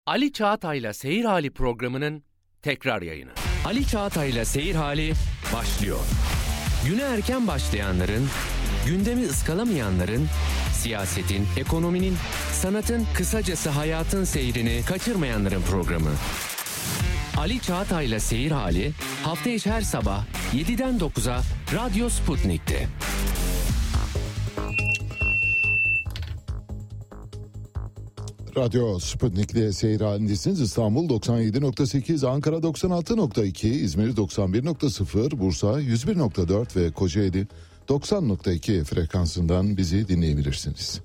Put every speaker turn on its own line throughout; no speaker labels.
Ali Çağatay'la Seyir Hali programının tekrar yayını. Ali Çağatay'la Seyir Hali başlıyor. Güne erken başlayanların, gündemi ıskalamayanların, siyasetin, ekonominin, sanatın, kısacası hayatın seyrini kaçırmayanların programı. Ali Çağatay'la Seyir Hali hafta içi her sabah 7'den 9'a Radyo Sputnik'te.
Radyo Sputnik'le seyir halindesiniz. İstanbul 97.8, Ankara 96.2, İzmir 91.0, Bursa 101.4 ve Kocaeli 90.2 frekansından bizi dinleyebilirsiniz.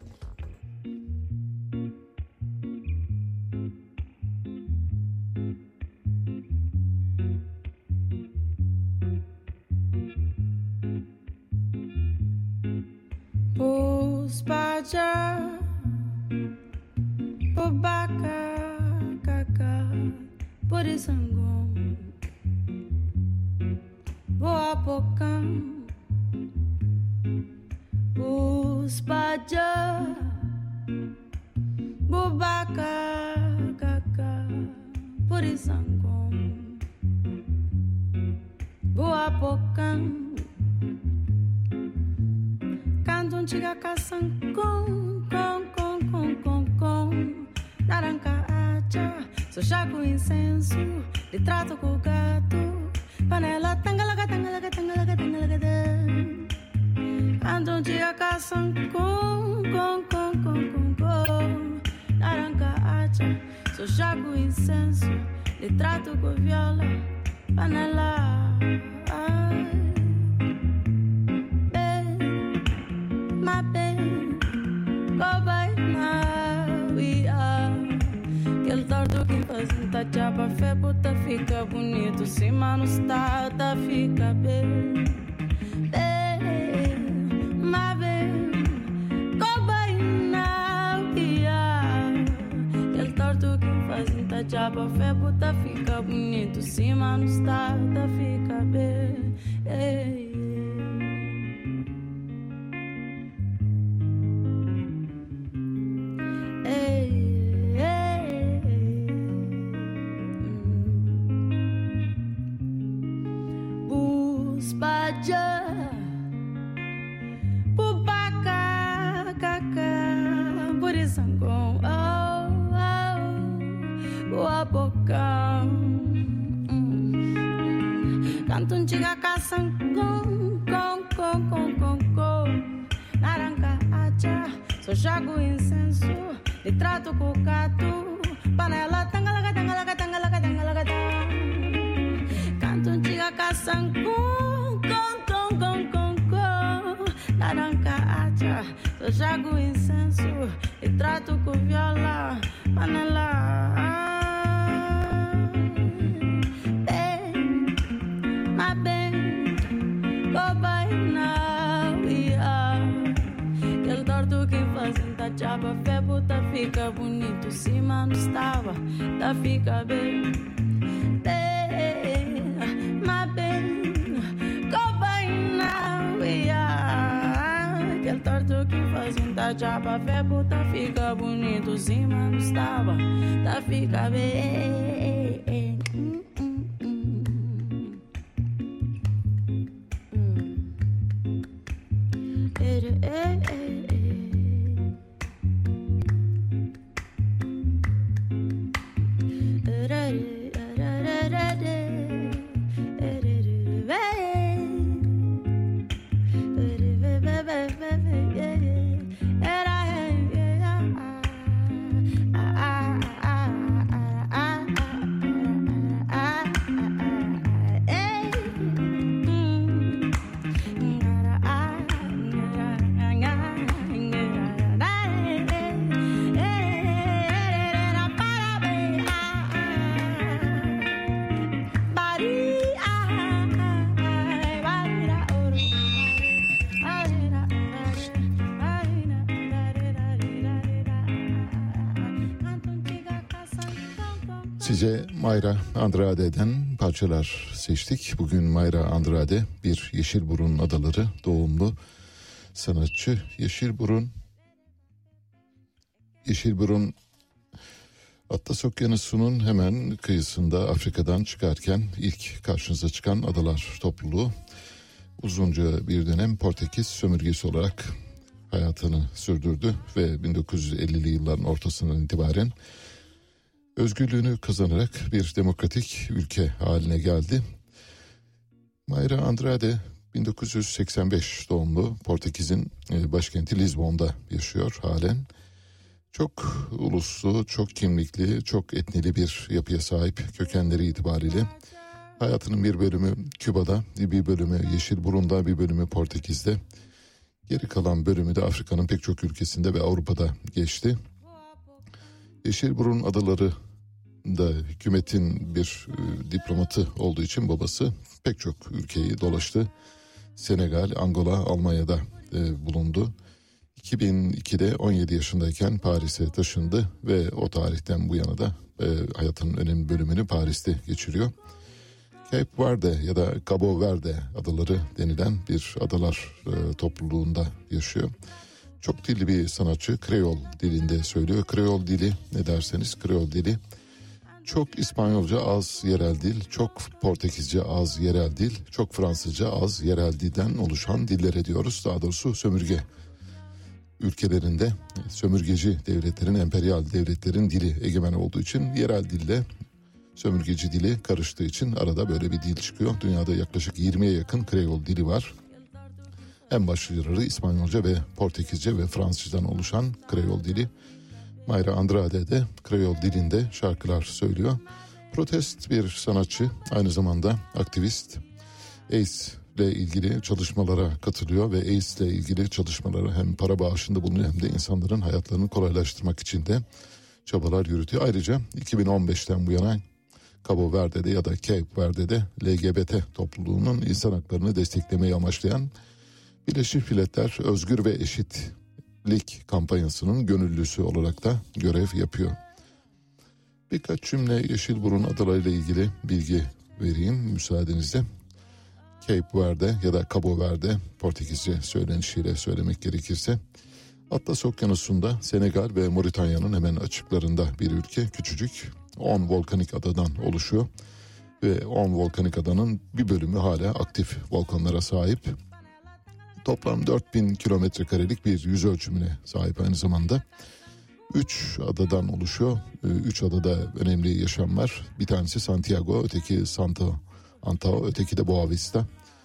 Baka kaka Borisangom Boapokam Buspaja Bobaka kaka Borisangom Boapokam Canton chiga kasangom Naranca acha, só chaco incenso, litrato com gato, panela tangalaga, tangalaga, tangalaga, tangalaga. Ando um dia caçam com. Naranca acha, só chaco incenso, litrato com viola, panela. My baby, go by now. Aquele torto que faz um tachapa fé, puta fica bonito. Se mano está, tá fica bem. My baby, go by now, yeah. Aquele torto que faz um tachapa fé, puta fica bonito. Se mano está, tá fica bem. Canton chiga caçam com. Naranca acha, só chago incenso, litrato com gato, panela tangalaga, tangalaga, tangalaga, tangalaga. Canton chiga caçam com. Naranca acha, só chago incenso, litrato com viola, panela. Tachapa fé, puta fica bonito. Se mano estava, tá fica bem. My baby, go by now, yeah. Aquele torto que faz tachapa fé, puta fica bonito. Se mano estava, tá fica bem.
Size Mayra Andrade'den parçalar seçtik. Bugün Mayra Andrade bir Yeşilburun Adaları doğumlu sanatçı. Yeşilburun Atlas Okyanusu'nun hemen kıyısında Afrika'dan çıkarken ilk karşınıza çıkan adalar topluluğu uzunca bir dönem Portekiz sömürgesi olarak hayatını sürdürdü ve 1950'li yılların ortasından itibaren özgürlüğünü kazanarak bir demokratik ülke haline geldi. Mayra Andrade 1985 doğumlu, Portekiz'in başkenti Lizbon'da yaşıyor halen. Çok uluslu, çok kimlikli, çok etnili bir yapıya sahip kökenleri itibariyle. Hayatının bir bölümü Küba'da, bir bölümü Yeşilburun'da, bir bölümü Portekiz'de. Geri kalan bölümü de Afrika'nın pek çok ülkesinde ve Avrupa'da geçti. Yeşilburun adaları da hükümetin bir diplomatı olduğu için babası pek çok ülkeyi dolaştı. Senegal, Angola, Almanya'da bulundu. 2002'de 17 yaşındayken Paris'e taşındı ve o tarihten bu yana da hayatının önemli bölümünü Paris'te geçiriyor. Cape Verde ya da Cabo Verde adaları denilen bir adalar topluluğunda yaşıyor. Çok dilli bir sanatçı, Kreol dilinde söylüyor. Kreol dili ne derseniz, Kreol dili çok İspanyolca az yerel dil, çok Portekizce az yerel dil, çok Fransızca az yerel dilden oluşan dillere diyoruz. Daha doğrusu sömürge ülkelerinde sömürgeci devletlerin, emperyal devletlerin dili egemen olduğu için yerel dille sömürgeci dili karıştığı için arada böyle bir dil çıkıyor. Dünyada yaklaşık 20'ye yakın Kreol dili var. En başlıcaları İspanyolca ve Portekizce ve Fransızcadan oluşan Kreol dili. Mayra Andrade de Kreol dilinde şarkılar söylüyor. Protest bir sanatçı, aynı zamanda aktivist. AIDS ile ilgili çalışmalara katılıyor ve AIDS ile ilgili çalışmalara hem para bağışında bulunuyor hem de insanların hayatlarını kolaylaştırmak için de çabalar yürütüyor. Ayrıca 2015'ten bu yana Cabo Verde'de ya da Cape Verde'de LGBT topluluğunun insan haklarını desteklemeyi amaçlayan Birleşmiş Milletler Özgür ve Eşitlik kampanyasının gönüllüsü olarak da görev yapıyor. Birkaç cümle Yeşilburun adalarıyla ilgili bilgi vereyim müsaadenizle. Cape Verde ya da Cabo Verde, Portekizce söylenişiyle söylemek gerekirse, Atlas Okyanusu'nda Senegal ve Moritanya'nın hemen açıklarında bir ülke. Küçücük 10 volkanik adadan oluşuyor ve 10 volkanik adanın bir bölümü hala aktif volkanlara sahip. Toplam 4000 kilometre karelik bir yüz ölçümüne sahip aynı zamanda. 3 adadan oluşuyor. 3 adada önemli yaşam var. Bir tanesi Santiago, öteki Santo Antao, öteki de Boa Vista.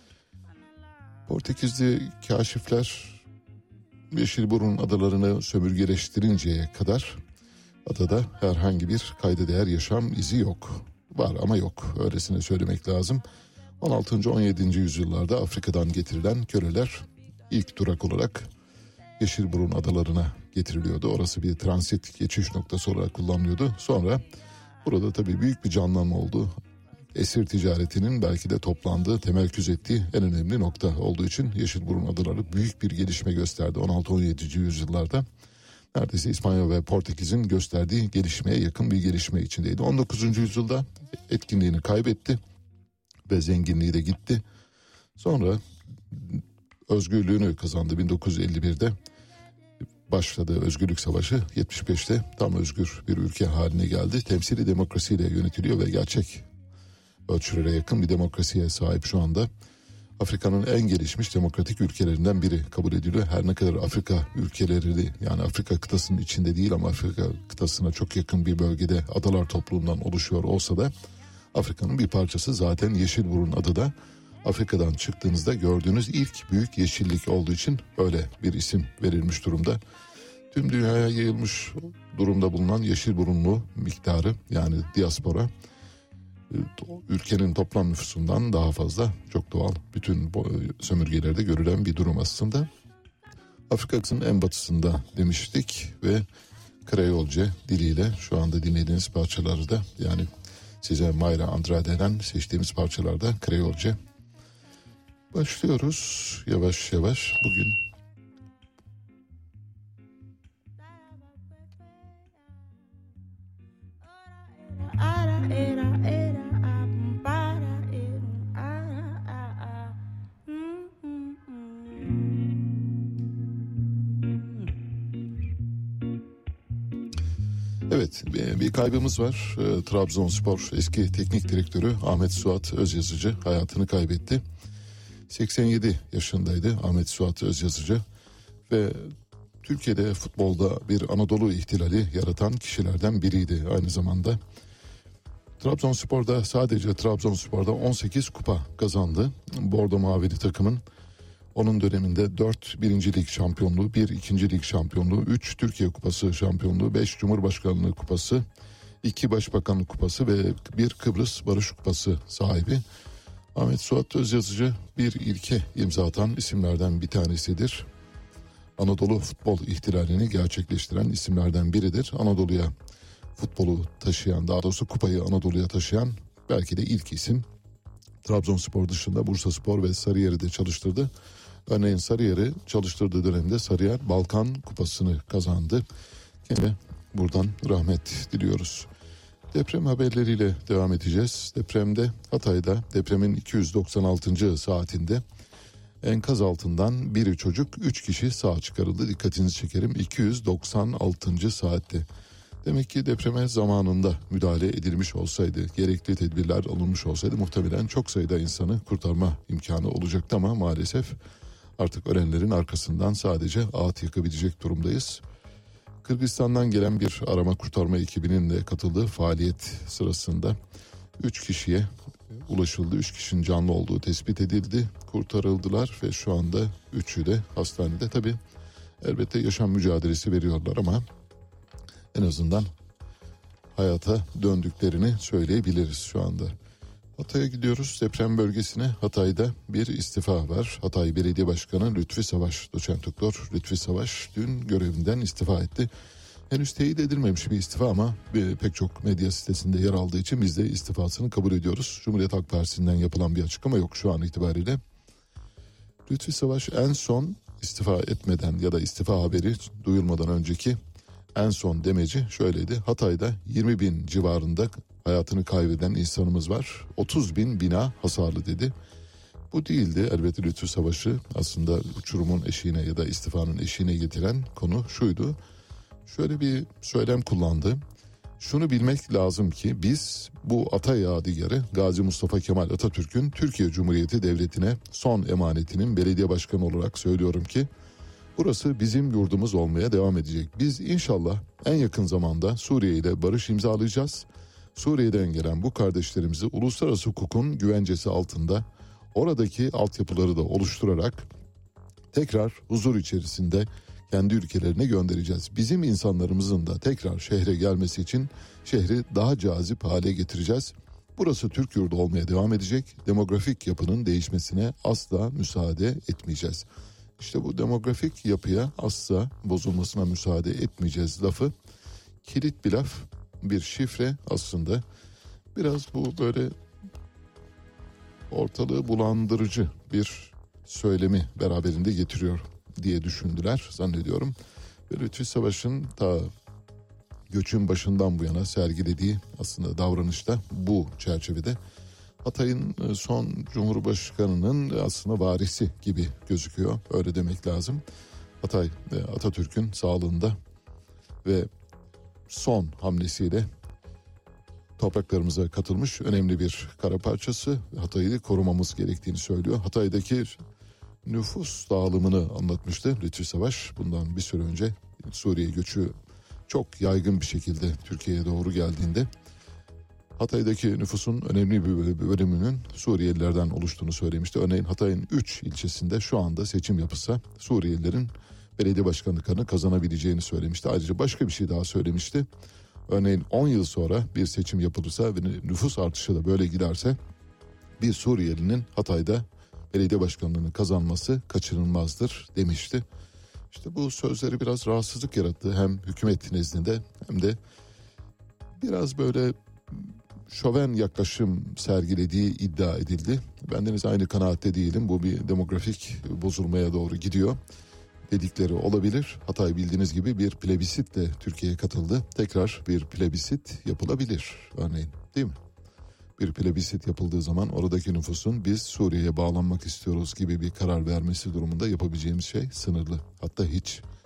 Portekizli kaşifler Yeşilburun adalarını sömürgeleştirinceye kadar adada herhangi bir kayda değer yaşam izi yok. Var ama yok, öylesine söylemek lazım. 16. 17. yüzyıllarda Afrika'dan getirilen köleler ilk durak olarak Yeşilburun adalarına getiriliyordu. Orası bir transit geçiş noktası olarak kullanılıyordu. Sonra burada tabii büyük bir canlanma oldu. Esir ticaretinin belki de toplandığı, temerküz ettiği en önemli nokta olduğu için Yeşilburun adaları büyük bir gelişme gösterdi 16-17. yüzyıllarda. Neredeyse İspanya ve Portekiz'in gösterdiği gelişmeye yakın bir gelişme içindeydi. 19. yüzyılda etkinliğini kaybetti ve zenginliği de gitti. Sonra özgürlüğünü kazandı 1951'de. Başladı Özgürlük Savaşı, 75'te tam özgür bir ülke haline geldi. Temsili demokrasiyle yönetiliyor ve gerçek ölçülere yakın bir demokrasiye sahip şu anda. Afrika'nın en gelişmiş demokratik ülkelerinden biri kabul ediliyor. Her ne kadar Afrika ülkeleri, yani Afrika kıtasının içinde değil ama Afrika kıtasına çok yakın bir bölgede adalar topluluğundan oluşuyor olsa da Afrika'nın bir parçası. Zaten Yeşilburun adı da Afrika'dan çıktığınızda gördüğünüz ilk büyük yeşillik olduğu için böyle bir isim verilmiş durumda. Tüm dünyaya yayılmış durumda bulunan Yeşilburunlu miktarı, yani diaspora, ülkenin toplam nüfusundan daha fazla, çok doğal. Bütün sömürgelerde görülen bir durum aslında. Afrika'nın en batısında demiştik ve Kreolce diliyle şu anda dinlediğiniz parçaları da, yani size Mayra Andrade'den seçtiğimiz parçalarda Kreolce. Başlıyoruz yavaş yavaş bugün. Evet, Evet, bir kaybımız var. Trabzonspor eski teknik direktörü Ahmet Suat Özyazıcı hayatını kaybetti. 87 yaşındaydı Ahmet Suat Özyazıcı ve Türkiye'de futbolda bir Anadolu ihtilali yaratan kişilerden biriydi aynı zamanda. Sadece Trabzonspor'da 18 kupa kazandı. Bordo Mavili takımın onun döneminde 4 1. Lig şampiyonluğu, 1 2. Lig şampiyonluğu, 3 Türkiye Kupası şampiyonluğu, 5 Cumhurbaşkanlığı Kupası, 2 Başbakanlık Kupası ve 1 Kıbrıs Barış Kupası sahibi. Ahmet Suat Özyazıcı bir ilke imza atan isimlerden bir tanesidir. Anadolu futbol ihtilalini gerçekleştiren isimlerden biridir. Anadolu'ya futbolu taşıyan, daha doğrusu kupayı Anadolu'ya taşıyan belki de ilk isim. Trabzonspor dışında Bursaspor ve Sarıyer'i de çalıştırdı. Örneğin Sarıyer'i çalıştırdığı dönemde Sarıyer Balkan Kupası'nı kazandı. Yine buradan rahmet diliyoruz. Deprem haberleriyle devam edeceğiz. Depremde Hatay'da depremin 296. saatinde enkaz altından biri çocuk 3 kişi sağ çıkarıldı. Dikkatinizi çekerim, 296. saatte. Demek ki depreme zamanında müdahale edilmiş olsaydı, gerekli tedbirler alınmış olsaydı muhtemelen çok sayıda insanı kurtarma imkanı olacaktı ama maalesef artık ölenlerin arkasından sadece ağıt yakabilecek durumdayız. Kırgızistan'dan gelen bir arama kurtarma ekibinin de katıldığı faaliyet sırasında 3 kişiye ulaşıldı. 3 kişinin canlı olduğu tespit edildi. Kurtarıldılar ve şu anda 3'ü de hastanede. Tabii elbette yaşam mücadelesi veriyorlar ama en azından hayata döndüklerini söyleyebiliriz şu anda. Hatay'a gidiyoruz, deprem bölgesine. Hatay'da bir istifa var. Hatay Belediye Başkanı Lütfi Savaş, doçent doktor Lütfi Savaş dün görevinden istifa etti. Henüz teyit edilmemiş bir istifa ama pek çok medya sitesinde yer aldığı için biz de istifasını kabul ediyoruz. Cumhuriyet Halk Partisi'nden yapılan bir açıklama yok şu an itibariyle. Lütfi Savaş en son istifa etmeden ya da istifa haberi duyulmadan önceki en son demeci şöyleydi: Hatay'da 20 bin civarında hayatını kaybeden insanımız var. 30 bin bina hasarlı dedi. Bu değildi elbette Lütfü Savaş'ı aslında uçurumun eşiğine ya da istifanın eşiğine getiren konu şuydu. Şöyle bir söylem kullandı. Şunu bilmek lazım ki biz bu ata yadigarı Gazi Mustafa Kemal Atatürk'ün Türkiye Cumhuriyeti Devleti'ne son emanetinin belediye başkanı olarak söylüyorum ki burası bizim yurdumuz olmaya devam edecek. Biz inşallah en yakın zamanda Suriye ile barış imzalayacağız. Suriye'den gelen bu kardeşlerimizi uluslararası hukukun güvencesi altında oradaki altyapıları da oluşturarak tekrar huzur içerisinde kendi ülkelerine göndereceğiz. Bizim insanlarımızın da tekrar şehre gelmesi için şehri daha cazip hale getireceğiz. Burası Türk yurdu olmaya devam edecek. Demografik yapının değişmesine asla müsaade etmeyeceğiz. İşte bu demografik yapıya asla bozulmasına müsaade etmeyeceğiz lafı kilit bir laf, bir şifre aslında. Biraz bu böyle ortalığı bulandırıcı bir söylemi beraberinde getiriyor diye düşündüler zannediyorum. Ve Lütfü Savaş'ın ta göçün başından bu yana sergilediği aslında davranışta bu çerçevede Hatay'ın son Cumhurbaşkanı'nın aslında varisi gibi gözüküyor. Öyle demek lazım. Hatay Atatürk'ün sağlığında ve son hamlesiyle topraklarımıza katılmış önemli bir kara parçası. Hatay'ı korumamız gerektiğini söylüyor. Hatay'daki nüfus dağılımını anlatmıştı Lütfü Savaş. Bundan bir süre önce Suriye göçü çok yaygın bir şekilde Türkiye'ye doğru geldiğinde Hatay'daki nüfusun önemli bir bölümünün Suriyelilerden oluştuğunu söylemişti. Örneğin Hatay'ın 3 ilçesinde şu anda seçim yapılsa Suriyelilerin belediye başkanlıklarını kazanabileceğini söylemişti. Ayrıca başka bir şey daha söylemişti. Örneğin 10 yıl sonra bir seçim yapılırsa ve nüfus artışı da böyle giderse bir Suriyelinin Hatay'da belediye başkanlığını kazanması kaçınılmazdır demişti. İşte bu sözleri biraz rahatsızlık yarattı hem hükümet nezdinde hem de biraz böyle şoven yaklaşım sergilediği iddia edildi. Bendeniz aynı kanaatte değilim. Bu bir demografik bozulmaya doğru gidiyor dedikleri olabilir. Hatay bildiğiniz gibi bir plebisitle Türkiye'ye katıldı. Tekrar bir plebisit yapılabilir örneğin, değil mi? Bir plebisit yapıldığı zaman oradaki nüfusun biz Suriye'ye bağlanmak istiyoruz gibi bir karar vermesi durumunda yapabileceğimiz şey sınırlı. Hatta hiç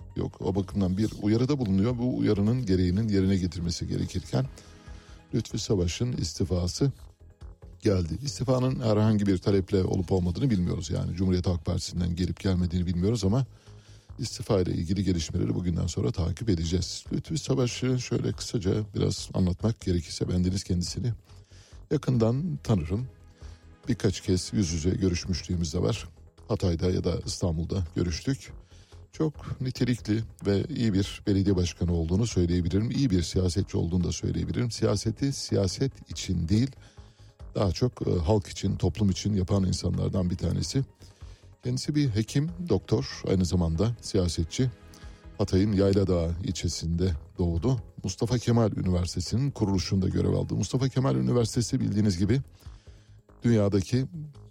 yok. O bakımdan bir uyarıda bulunuyor. Bu uyarının gereğinin yerine getirmesi gerekirken Lütfü Savaş'ın istifası geldi. İstifanın herhangi bir taleple olup olmadığını bilmiyoruz. Yani Cumhuriyet Halk Partisi'nden gelip gelmediğini bilmiyoruz ama istifa ile ilgili gelişmeleri bugünden sonra takip edeceğiz. Lütfü Savaş'ı şöyle kısaca biraz anlatmak gerekirse, bendeniz kendisini yakından tanırım. Birkaç kez yüz yüze görüşmüşlüğümüz de var. Hatay'da ya da İstanbul'da görüştük. Çok nitelikli ve iyi bir belediye başkanı olduğunu söyleyebilirim. İyi bir siyasetçi olduğunu da söyleyebilirim. Siyaseti siyaset için değil, daha çok halk için, toplum için yapan insanlardan bir tanesi. Kendisi bir hekim, doktor, aynı zamanda siyasetçi. Hatay'ın Yayladağ ilçesinde doğdu. Mustafa Kemal Üniversitesi'nin kuruluşunda görev aldı. Mustafa Kemal Üniversitesi bildiğiniz gibi dünyadaki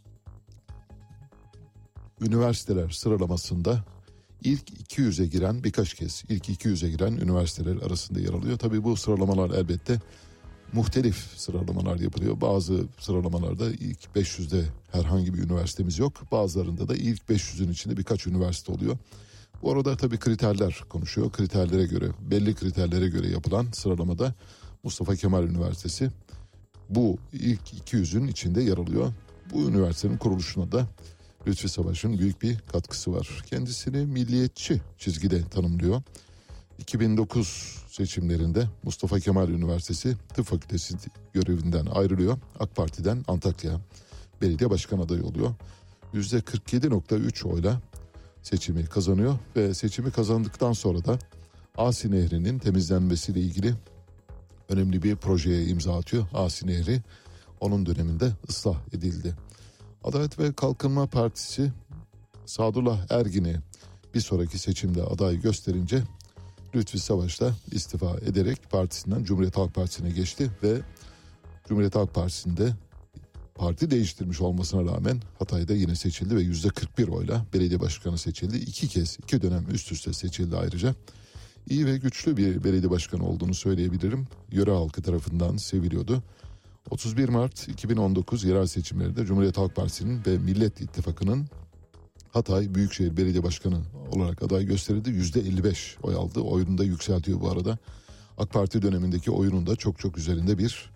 üniversiteler sıralamasında ilk 200'e giren, birkaç kez ilk 200'e giren üniversiteler arasında yer alıyor. Tabii bu sıralamalar elbette muhtelif sıralamalar yapılıyor. Bazı sıralamalarda ilk 500'de herhangi bir üniversitemiz yok. Bazılarında da ilk 500'ün içinde birkaç üniversite oluyor. Bu arada tabii kriterler konuşuyor. Kriterlere göre, belli kriterlere göre yapılan sıralamada Mustafa Kemal Üniversitesi bu ilk 200'ün içinde yer alıyor. Bu üniversitenin kuruluşuna da Lütfü Savaş'ın büyük bir katkısı var. Kendisini milliyetçi çizgide tanımlıyor. 2009 seçimlerinde Mustafa Kemal Üniversitesi Tıp Fakültesi görevinden ayrılıyor. AK Parti'den Antakya Belediye Başkan adayı oluyor. %47.3 oyla seçimi kazanıyor ve seçimi kazandıktan sonra da Asi Nehri'nin temizlenmesiyle ilgili önemli bir projeye imza atıyor. Asi Nehri onun döneminde ıslah edildi. Adalet ve Kalkınma Partisi Sadullah Ergin'i bir sonraki seçimde aday gösterince Lütfü Savaş da istifa ederek partisinden Cumhuriyet Halk Partisi'ne geçti ve Cumhuriyet Halk Partisi'nde parti değiştirmiş olmasına rağmen Hatay'da yine seçildi ve %41 oyla belediye başkanı seçildi. 2 dönem üst üste seçildi ayrıca. İyi ve güçlü bir belediye başkanı olduğunu söyleyebilirim. Yöre halkı tarafından seviliyordu. 31 Mart 2019 yerel seçimlerinde Cumhuriyet Halk Partisi'nin ve Millet İttifakı'nın Hatay Büyükşehir Belediye Başkanı olarak aday gösterildi. %55 oy aldı. Oyunu da yükseltiyor bu arada. AK Parti dönemindeki oyunun da çok üzerinde bir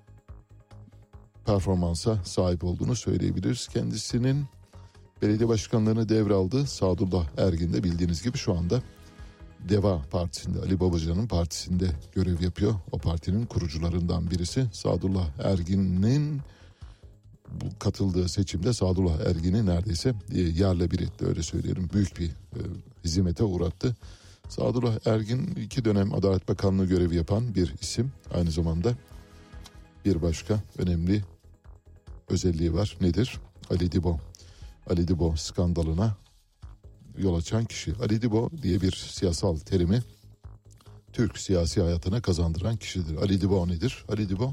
performansa sahip olduğunu söyleyebiliriz. Kendisinin belediye başkanlığını devraldı. Sadullah Ergin de bildiğiniz gibi şu anda Deva Partisi'nde, Ali Babacan'ın partisinde görev yapıyor. O partinin kurucularından birisi. Sadullah Ergin'in bu katıldığı seçimde Sadullah Ergin'i neredeyse yerle bir etti, öyle söyleyelim. Büyük bir hizmete uğrattı. Sadullah Ergin 2 dönem Adalet Bakanlığı görevi yapan bir isim. Aynı zamanda bir başka önemli özelliği var. Nedir? Ali Dibo. Ali Dibo skandalına yol açan kişi. Ali Dibo diye bir siyasal terimi Türk siyasi hayatına kazandıran kişidir. Ali Dibo nedir? Ali Dibo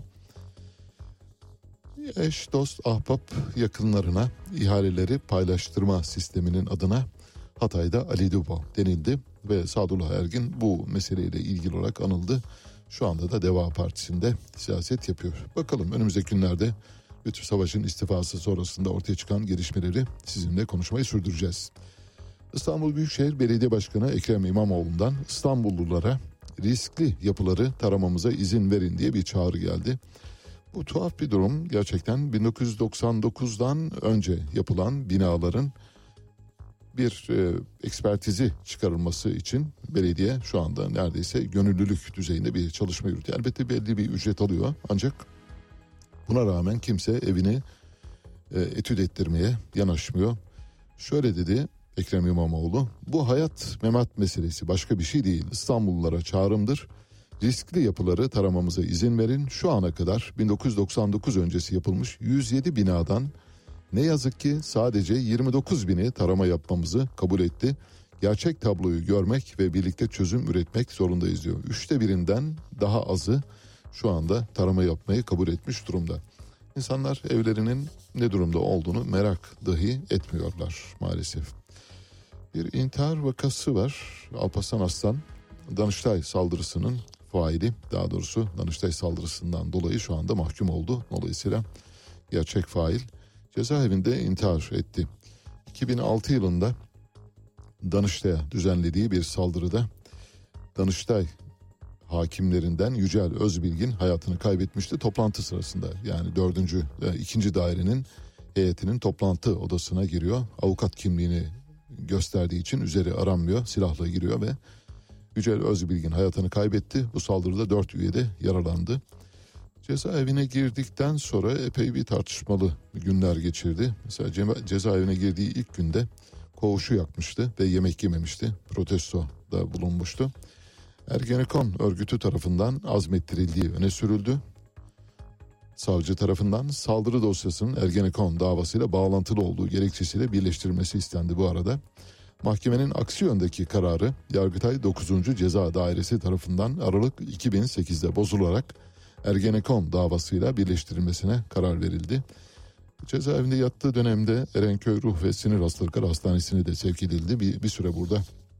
eş, dost, ahbap yakınlarına ihaleleri paylaştırma sisteminin adına Hatay'da Ali Dibo denildi ve Sadullah Ergin bu meseleyle ilgili olarak anıldı. Şu anda da Deva Partisi'nde siyaset yapıyor. Bakalım önümüzdeki günlerde Lütfü Savaş'ın istifası sonrasında ortaya çıkan gelişmeleri sizinle konuşmayı sürdüreceğiz. İstanbul Büyükşehir Belediye Başkanı Ekrem İmamoğlu'ndan İstanbullulara riskli yapıları taramamıza izin verin diye bir çağrı geldi. Bu tuhaf bir durum. Gerçekten 1999'dan önce yapılan binaların bir ekspertizi çıkarılması için belediye şu anda neredeyse gönüllülük düzeyinde bir çalışma yürütüyor. Elbette belli bir ücret alıyor ancak buna rağmen kimse evini etüt ettirmeye yanaşmıyor. Şöyle dedi Ekrem İmamoğlu: bu hayat memat meselesi, başka bir şey değil. İstanbullulara çağrımdır. Riskli yapıları taramamıza izin verin. Şu ana kadar 1999 öncesi yapılmış 107 binadan ne yazık ki sadece 29 bini tarama yapmamızı kabul etti. Gerçek tabloyu görmek ve birlikte çözüm üretmek zorundayız diyor. 1/3'ünden daha azı şu anda tarama yapmayı kabul etmiş durumda. İnsanlar evlerinin ne durumda olduğunu merak dahi etmiyorlar maalesef. Bir intihar vakası var. Alparslan Aslan Danıştay saldırısının faili, daha doğrusu Danıştay saldırısından dolayı şu anda mahkum oldu. Dolayısıyla gerçek fail cezaevinde intihar etti. 2006 yılında Danıştay'a düzenlediği bir saldırıda Danıştay hakimlerinden Yücel Özbilgin hayatını kaybetmişti toplantı sırasında. Yani 2. dairenin heyetinin toplantı odasına giriyor. Avukat kimliğini gösterdiği için üzeri aranmıyor, silahla giriyor ve Yücel Özbilgin hayatını kaybetti. Bu saldırıda 4 üye de yaralandı. Cezaevine girdikten sonra epey bir tartışmalı günler geçirdi. Mesela cezaevine girdiği ilk günde koğuşu yakmıştı ve yemek yememişti. Protestoda bulunmuştu. Ergenekon örgütü tarafından azmettirildiği öne sürüldü. Savcı tarafından saldırı dosyasının Ergenekon davasıyla bağlantılı olduğu gerekçesiyle birleştirilmesi istendi bu arada. Mahkemenin aksi yöndeki kararı Yargıtay 9. Ceza Dairesi tarafından Aralık 2008'de bozularak Ergenekon davasıyla birleştirilmesine karar verildi. Cezaevinde yattığı dönemde Erenköy Ruh ve Sinir Hastalıkları Hastanesi'ne de sevk edildi. Bir süre burada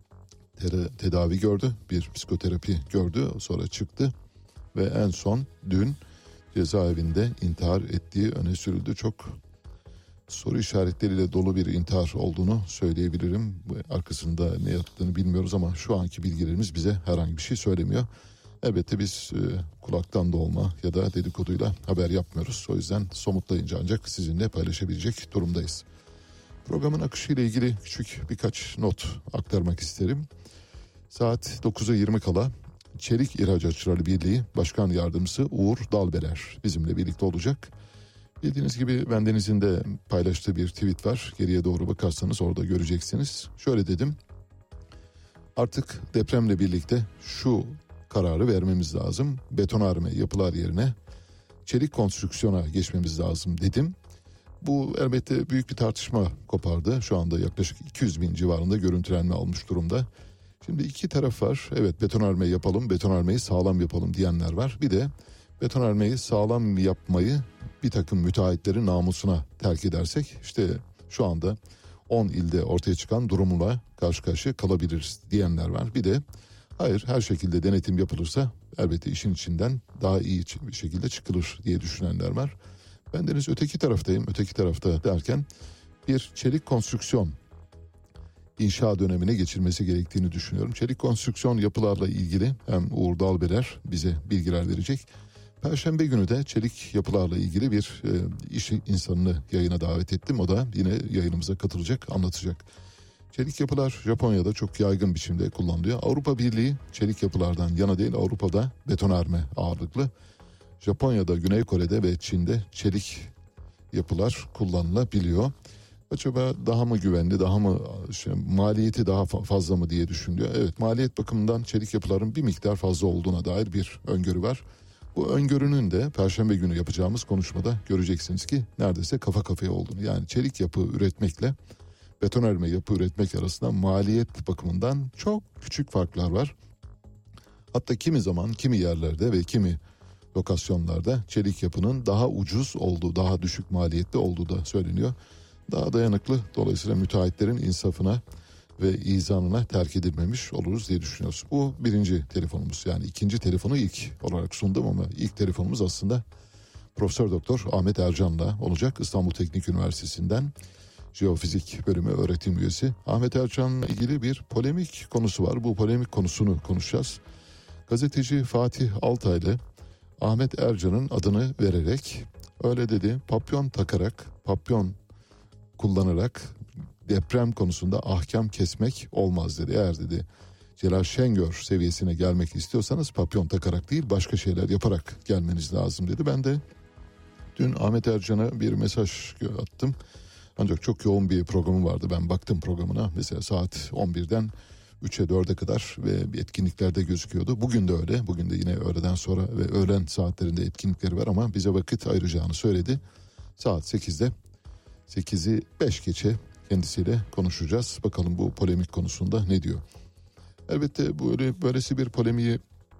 tedavi gördü, bir psikoterapi gördü, sonra çıktı ve en son dün cezaevinde intihar ettiği öne sürüldü. Çok soru işaretleriyle dolu bir intihar olduğunu söyleyebilirim. Arkasında ne yattığını bilmiyoruz ama şu anki bilgilerimiz bize herhangi bir şey söylemiyor. Elbette biz kulaktan dolma ya da dedikoduyla haber yapmıyoruz. O yüzden somutlayınca ancak sizinle paylaşabilecek durumdayız. Programın akışıyla ilgili küçük birkaç not aktarmak isterim. Saat 9'a 20 kala Çelik İhracatçıları Birliği Başkan Yardımcısı Uğur Dalbeler bizimle birlikte olacak. Bildiğiniz gibi bendenizin de paylaştığı bir tweet var. Geriye doğru bakarsanız orada göreceksiniz. Şöyle dedim: artık depremle birlikte şu kararı vermemiz lazım. Betonarme yapılar yerine çelik konstrüksiyona geçmemiz lazım dedim. Bu elbette büyük bir tartışma kopardı. Şu anda yaklaşık 200 bin civarında görüntülenme almış durumda. Şimdi iki taraf var. Evet, betonarme yapalım, betonarmeyi sağlam yapalım diyenler var. Bir de betonarmeyi sağlam yapmayı bir takım müteahhitlerin namusuna terk edersek işte şu anda 10 ilde ortaya çıkan durumla karşı karşıya kalabiliriz diyenler var. Bir de hayır, her şekilde denetim yapılırsa elbette işin içinden daha iyi bir şekilde çıkılır diye düşünenler var. Bendeniz öteki taraftayım. Öteki tarafta derken bir çelik konstrüksiyon inşa dönemine geçilmesi gerektiğini düşünüyorum. Çelik konstrüksiyon yapılarla ilgili hem Uğur Dalbeler bize bilgiler verecek. Perşembe günü de çelik yapılarla ilgili bir iş insanını yayına davet ettim. O da yine yayınımıza katılacak, anlatacak. Çelik yapılar Japonya'da çok yaygın biçimde kullanılıyor. Avrupa Birliği çelik yapılardan yana değil, Avrupa'da betonarme ağırlıklı. Japonya'da, Güney Kore'de ve Çin'de çelik yapılar kullanılabiliyor. Acaba daha mı güvenli, daha mı maliyeti daha fazla mı diye düşünülüyor. Evet, maliyet bakımından çelik yapıların bir miktar fazla olduğuna dair bir öngörü var. Bu öngörünün de Perşembe günü yapacağımız konuşmada göreceksiniz ki neredeyse kafa kafaya olduğunu. Yani çelik yapı üretmekle betonarme yapı üretmek arasında maliyet bakımından çok küçük farklar var. Hatta kimi zaman, kimi yerlerde ve kimi lokasyonlarda çelik yapının daha ucuz olduğu, daha düşük maliyetli olduğu da söyleniyor. Daha dayanıklı, dolayısıyla müteahhitlerin insafına ve izanına terk edilmemiş oluruz diye düşünüyoruz. Bu birinci telefonumuz, yani ikinci telefonu ilk olarak sundum ama ilk telefonumuz aslında Profesör Doktor Ahmet Ercan'la olacak. İstanbul Teknik Üniversitesi'nden Jeofizik Bölümü öğretim üyesi. Ahmet Ercan'la ilgili bir polemik konusu var. Bu polemik konusunu konuşacağız. Gazeteci Fatih Altaylı Ahmet Ercan'ın adını vererek öyle dedi: papyon takarak, papyon kullanarak deprem konusunda ahkam kesmek olmaz dedi. Eğer dedi Celal Şengör seviyesine gelmek istiyorsanız papyon takarak değil, başka şeyler yaparak gelmeniz lazım dedi. Ben de dün Ahmet Ercan'a bir mesaj attım. Ancak çok yoğun bir programı vardı. Ben baktım programına. Mesela saat 11'den 3'e 4'e kadar ve etkinliklerde gözüküyordu. Bugün de öyle. Bugün de yine öğleden sonra ve öğlen saatlerinde etkinlikleri var ama bize vakit ayıracağını söyledi. Saat 8'de, 8'i 5 geçe kendisiyle konuşacağız. Bakalım bu polemik konusunda ne diyor. Elbette böylesi bir polemiği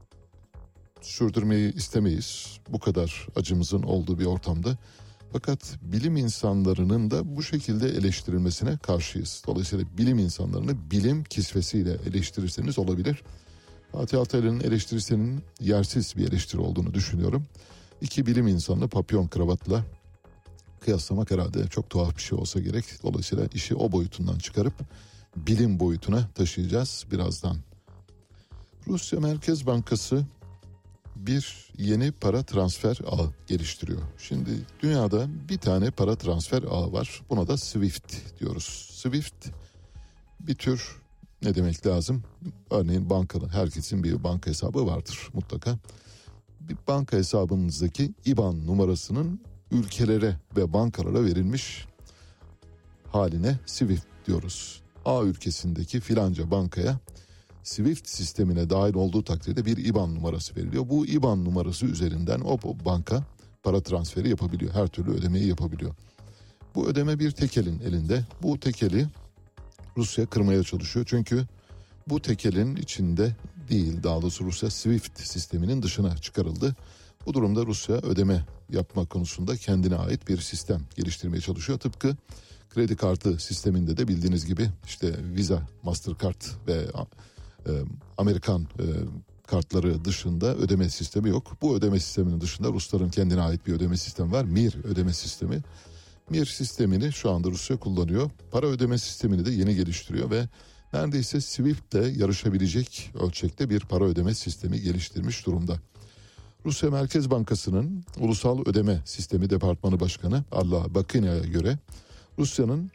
sürdürmeyi istemeyiz. Bu kadar acımızın olduğu bir ortamda. Fakat bilim insanlarının da bu şekilde eleştirilmesine karşıyız. Dolayısıyla bilim insanlarını bilim kisvesiyle eleştirirseniz olabilir. Fatih Altaylı'nın eleştirisinin yersiz bir eleştiri olduğunu düşünüyorum. İki bilim insanını papyon kravatla kıyaslamak herhalde çok tuhaf bir şey olsa gerek. Dolayısıyla işi o boyutundan çıkarıp bilim boyutuna taşıyacağız birazdan. Rusya Merkez Bankası bir yeni para transfer ağı geliştiriyor. Şimdi dünyada bir tane para transfer ağı var. Buna da SWIFT diyoruz. SWIFT bir tür, ne demek lazım? Örneğin bankalı, herkesin bir banka hesabı vardır mutlaka. Bir banka hesabınızdaki IBAN numarasının ülkelere ve bankalara verilmiş haline SWIFT diyoruz. A ülkesindeki filanca bankaya SWIFT sistemine dahil olduğu takdirde bir IBAN numarası veriliyor. Bu IBAN numarası üzerinden o banka para transferi yapabiliyor. Her türlü ödemeyi yapabiliyor. Bu ödeme bir tekelin elinde. Bu tekeli Rusya kırmaya çalışıyor. Çünkü bu tekelin içinde değil, daha doğrusu Rusya SWIFT sisteminin dışına çıkarıldı. Bu durumda Rusya ödeme yapma konusunda kendine ait bir sistem geliştirmeye çalışıyor. Tıpkı kredi kartı sisteminde de bildiğiniz gibi işte Visa, Mastercard ve Amerikan kartları dışında ödeme sistemi yok. Bu ödeme sisteminin dışında Rusların kendine ait bir ödeme sistemi var. MIR ödeme sistemi. MIR sistemini şu anda Rusya kullanıyor. Para ödeme sistemini de yeni geliştiriyor ve neredeyse SWIFT'le yarışabilecek ölçekte bir para ödeme sistemi geliştirmiş durumda. Rusya Merkez Bankası'nın Ulusal Ödeme Sistemi Departmanı Başkanı Alla Bakina'ya göre Rusya'nın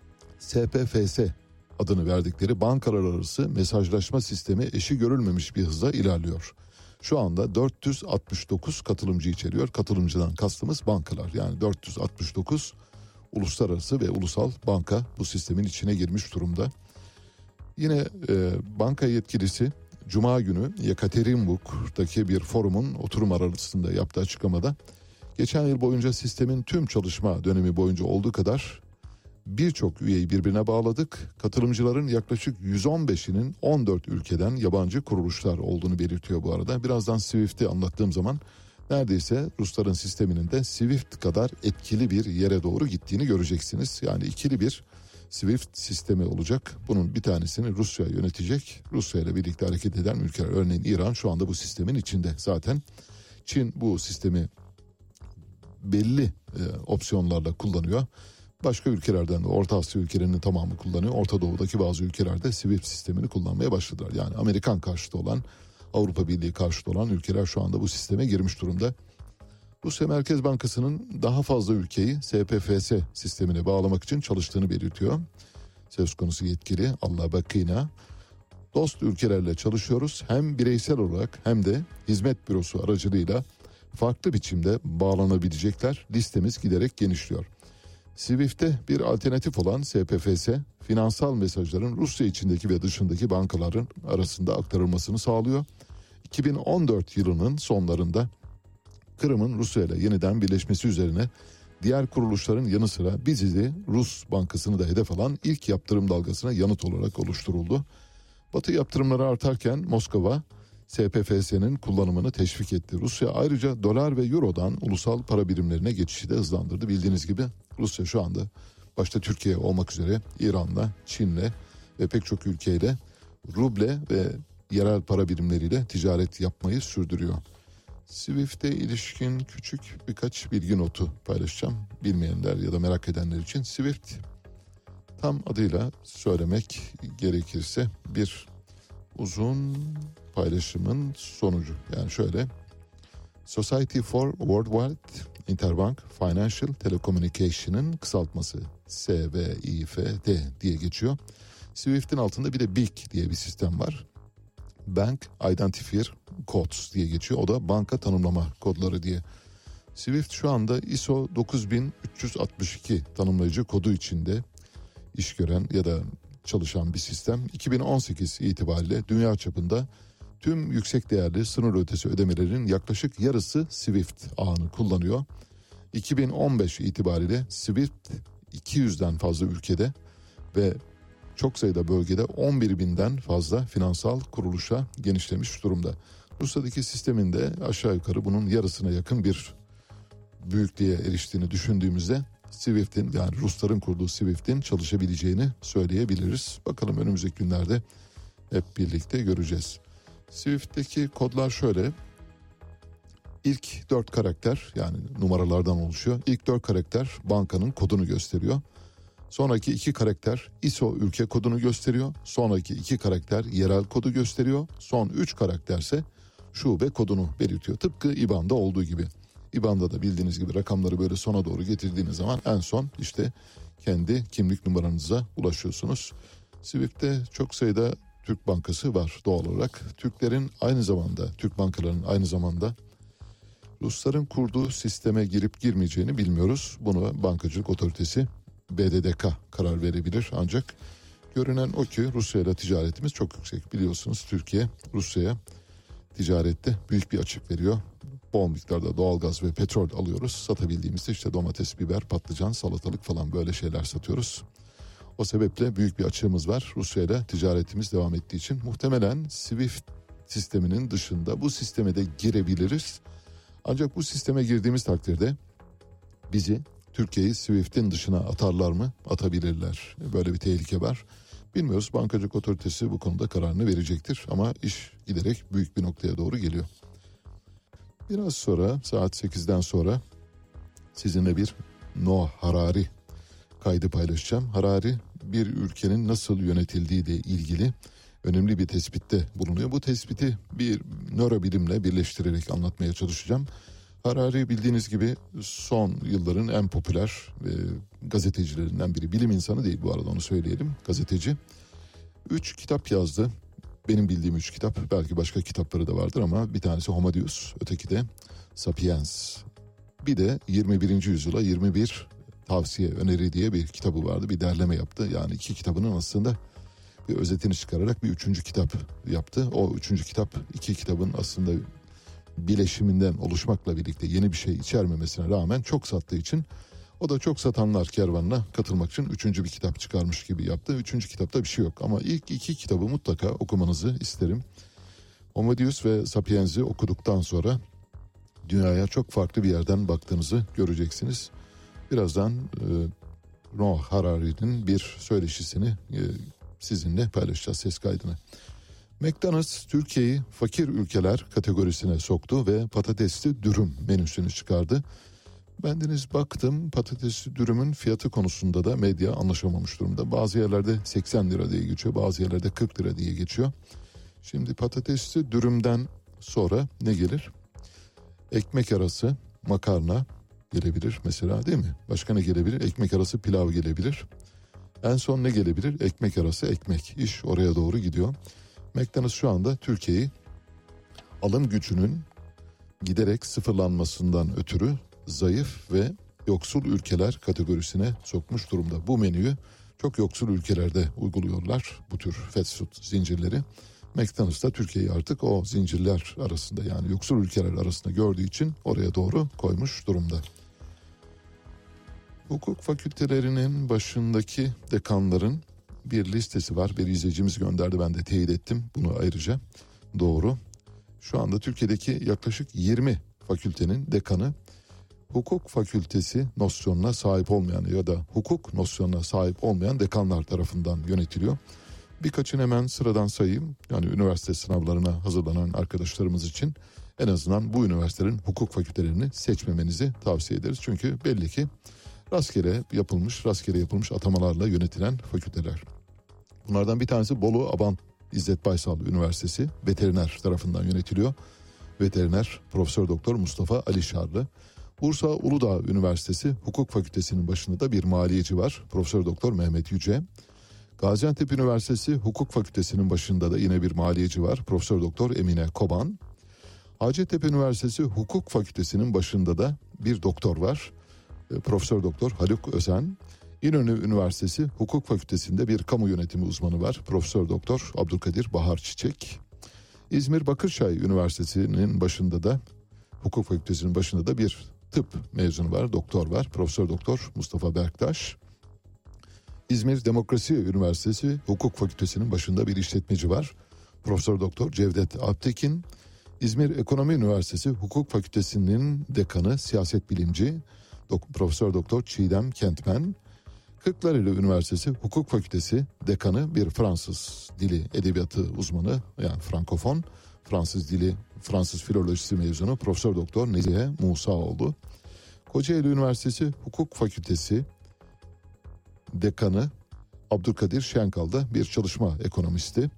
SPFS adını verdikleri bankalar arası mesajlaşma sistemi eşi görülmemiş bir hızla ilerliyor. Şu anda 469 katılımcı içeriyor. Katılımcıdan kastımız bankalar. Yani 469 uluslararası ve ulusal banka bu sistemin içine girmiş durumda. Yine banka yetkilisi Cuma günü Yekaterinburg'daki bir forumun oturum arasında yaptığı açıklamada geçen yıl boyunca sistemin tüm çalışma dönemi boyunca olduğu kadar birçok üyeyi birbirine bağladık. Katılımcıların yaklaşık 115'inin 14 ülkeden yabancı kuruluşlar olduğunu belirtiyor bu arada. Birazdan SWIFT'i anlattığım zaman neredeyse Rusların sisteminin de SWIFT kadar etkili bir yere doğru gittiğini göreceksiniz. Yani ikili bir SWIFT sistemi olacak. Bunun bir tanesini Rusya yönetecek. Rusya ile birlikte hareket eden ülkeler, örneğin İran şu anda bu sistemin içinde. Zaten Çin bu sistemi belli opsiyonlarla kullanıyor. Başka ülkelerden de Orta Asya ülkelerinin tamamı kullanıyor. Orta Doğu'daki bazı ülkelerde SWIFT sistemini kullanmaya başladılar. Yani Amerikan karşıtı olan, Avrupa Birliği karşıtı olan ülkeler şu anda bu sisteme girmiş durumda. Rusya Merkez Bankası'nın daha fazla ülkeyi SPFS sistemine bağlamak için çalıştığını belirtiyor. Söz konusu yetkili Alla Bakina, dost ülkelerle çalışıyoruz. Hem bireysel olarak hem de hizmet bürosu aracılığıyla farklı biçimde bağlanabilecekler. Listemiz giderek genişliyor. SWIFT'te bir alternatif olan SPFS, finansal mesajların Rusya içindeki ve dışındaki bankaların arasında aktarılmasını sağlıyor. 2014 yılının sonlarında Kırım'ın Rusya ile yeniden birleşmesi üzerine diğer kuruluşların yanı sıra Bizili Rus Bankası'nı da hedef alan ilk yaptırım dalgasına yanıt olarak oluşturuldu. Batı yaptırımları artarken Moskova SPFS'nin kullanımını teşvik etti. Rusya ayrıca dolar ve eurodan ulusal para birimlerine geçişi de hızlandırdı. Bildiğiniz gibi Rusya şu anda başta Türkiye olmak üzere İran'la, Çin'le ve pek çok ülkeyle ruble ve yerel para birimleriyle ticaret yapmayı sürdürüyor. SWIFT'e ilişkin küçük birkaç bilgi notu paylaşacağım. Bilmeyenler ya da merak edenler için SWIFT tam adıyla söylemek gerekirse bir uzun paylaşımın sonucu. Yani şöyle: Society for Worldwide Interbank Financial Telecommunication'ın kısaltması SWIFT diye geçiyor. SWIFT'in altında bir de BIC diye bir sistem var. Bank Identifier Codes diye geçiyor. O da banka tanımlama kodları diye. SWIFT şu anda ISO 9362 tanımlayıcı kodu içinde iş gören ya da çalışan bir sistem. 2018 itibariyle dünya çapında tüm yüksek değerli sınır ötesi ödemelerin yaklaşık yarısı SWIFT ağını kullanıyor. 2015 itibariyle SWIFT 200'den fazla ülkede ve çok sayıda bölgede 11.000'den fazla finansal kuruluşa genişlemiş durumda. Rusya'daki sistemin de aşağı yukarı bunun yarısına yakın bir büyüklüğe eriştiğini düşündüğümüzde SWIFT'in, yani Rusların kurduğu SWIFT'in çalışabileceğini söyleyebiliriz. Bakalım önümüzdeki günlerde hep birlikte göreceğiz. SWIFT'teki kodlar şöyle: İlk 4 karakter, yani numaralardan oluşuyor. İlk 4 karakter bankanın kodunu gösteriyor. Sonraki 2 karakter ISO ülke kodunu gösteriyor. Sonraki 2 karakter yerel kodu gösteriyor. Son 3 karakterse şube kodunu belirtiyor. Tıpkı IBAN'da olduğu gibi. IBAN'da da bildiğiniz gibi rakamları böyle sona doğru getirdiğiniz zaman en son işte kendi kimlik numaranıza ulaşıyorsunuz. Swift'te çok sayıda Türk bankası var doğal olarak. Türklerin aynı zamanda, Türk bankalarının aynı zamanda Rusların kurduğu sisteme girip girmeyeceğini bilmiyoruz. Bunu Bankacılık Otoritesi BDDK karar verebilir. Ancak görünen o ki Rusya ile ticaretimiz çok yüksek. Biliyorsunuz Türkiye Rusya'ya ticarette büyük bir açık veriyor. Bol miktarda doğalgaz ve petrol alıyoruz. Satabildiğimizde işte domates, biber, patlıcan, salatalık falan böyle şeyler satıyoruz. O sebeple büyük bir açığımız var. Rusya ile ticaretimiz devam ettiği için muhtemelen Swift sisteminin dışında bu sisteme de girebiliriz. Ancak bu sisteme girdiğimiz takdirde bizi, Türkiye'yi Swift'in dışına atarlar mı? Atabilirler. Böyle bir tehlike var. Bilmiyoruz. Bankacılık Otoritesi bu konuda kararını verecektir. Ama iş giderek büyük bir noktaya doğru geliyor. Biraz sonra, saat 8'den sonra sizinle bir Noah Harari kaydı paylaşacağım. Harari bir ülkenin nasıl yönetildiği ile ilgili önemli bir tespitte bulunuyor. Bu tespiti bir nörobilimle birleştirerek anlatmaya çalışacağım. Harari bildiğiniz gibi son yılların en popüler gazetecilerinden biri. Bilim insanı değil bu arada, onu söyleyelim. Gazeteci. 3 kitap yazdı. Benim bildiğim 3 kitap. Belki başka kitapları da vardır ama bir tanesi Homo Deus, öteki de Sapiens. Bir de 21. yüzyıla 21 tavsiye, öneri diye bir kitabı vardı. Bir derleme yaptı. Yani 2 kitabının aslında bir özetini çıkararak bir 3. kitap yaptı. O 3. kitap 2 kitabın aslında bileşiminden oluşmakla birlikte yeni bir şey içermemesine rağmen çok sattığı için o da çok satanlar kervanına katılmak için 3. bir kitap çıkarmış gibi yaptı. 3. kitapta bir şey yok ama ilk 2 kitabı mutlaka okumanızı isterim. Homo Deus ve Sapiens'i okuduktan sonra dünyaya çok farklı bir yerden baktığınızı göreceksiniz. Birazdan Noah Harari'nin bir söyleşisini sizinle paylaşacağız, ses kaydını. McDonald's Türkiye'yi fakir ülkeler kategorisine soktu ve patatesli dürüm menüsünü çıkardı. Bendeniz baktım, patatesli dürümün fiyatı konusunda da medya anlaşamamış durumda. Bazı yerlerde 80 lira diye geçiyor, bazı yerlerde 40 lira diye geçiyor. Şimdi patatesli dürümden sonra ne gelir? Ekmek arası makarna gelebilir mesela, değil mi? Başka ne gelebilir? Ekmek arası pilav gelebilir. En son ne gelebilir? Ekmek arası ekmek. İş oraya doğru gidiyor. McDonald's şu anda Türkiye'yi alım gücünün giderek sıfırlanmasından ötürü zayıf ve yoksul ülkeler kategorisine sokmuş durumda. Bu menüyü çok yoksul ülkelerde uyguluyorlar, bu tür fast food zincirleri. McDonald's da Türkiye'yi artık o zincirler arasında, yani yoksul ülkeler arasında gördüğü için oraya doğru koymuş durumda. Hukuk fakültelerinin başındaki dekanların bir listesi var. Bir izleyicimiz gönderdi, ben de teyit ettim bunu ayrıca. Doğru. Şu anda Türkiye'deki yaklaşık 20 fakültenin dekanı hukuk fakültesi nosyonuna sahip olmayan ya da hukuk nosyonuna sahip olmayan dekanlar tarafından yönetiliyor. Birkaçını hemen sıradan sayayım. Yani üniversite sınavlarına hazırlanan arkadaşlarımız için en azından bu üniversitelerin hukuk fakültelerini seçmemenizi tavsiye ederiz. Çünkü belli ki rastgele yapılmış atamalarla yönetilen fakülteler. Bunlardan bir tanesi Bolu Abant İzzet Baysal Üniversitesi veteriner tarafından yönetiliyor. Veteriner Profesör Doktor Mustafa Alişarlı. Bursa Uludağ Üniversitesi Hukuk Fakültesinin başında da bir maliyeci var. Profesör Doktor Mehmet Yüce. Gaziantep Üniversitesi Hukuk Fakültesinin başında da yine bir maliyeci var. Profesör Doktor Emine Koban. Hacettepe Üniversitesi Hukuk Fakültesinin başında da bir doktor var. Profesör Doktor Haluk Özen. İnönü Üniversitesi Hukuk Fakültesinde bir kamu yönetimi uzmanı var. Profesör Doktor Abdülkadir Bahar Çiçek. İzmir Bakırçay Üniversitesi'nin başında da, Hukuk Fakültesinin başında da bir tıp mezunu var, doktor var. Profesör Doktor Mustafa Berktaş. İzmir Demokrasi Üniversitesi Hukuk Fakültesinin başında bir işletmeci var. Profesör Doktor Cevdet Alptekin. İzmir Ekonomi Üniversitesi Hukuk Fakültesinin dekanı, siyaset bilimci Profesör Doktor Çiğdem Kentmen. Kırklareli Üniversitesi Hukuk Fakültesi dekanı bir Fransız dili edebiyatı uzmanı, yani Frankofon, Fransız dili, Fransız filolojisi mezunu Profesör Doktor Nezihe Musaoğlu. Kocaeli Üniversitesi Hukuk Fakültesi dekanı Abdülkadir Şenkal da bir çalışma ekonomisti.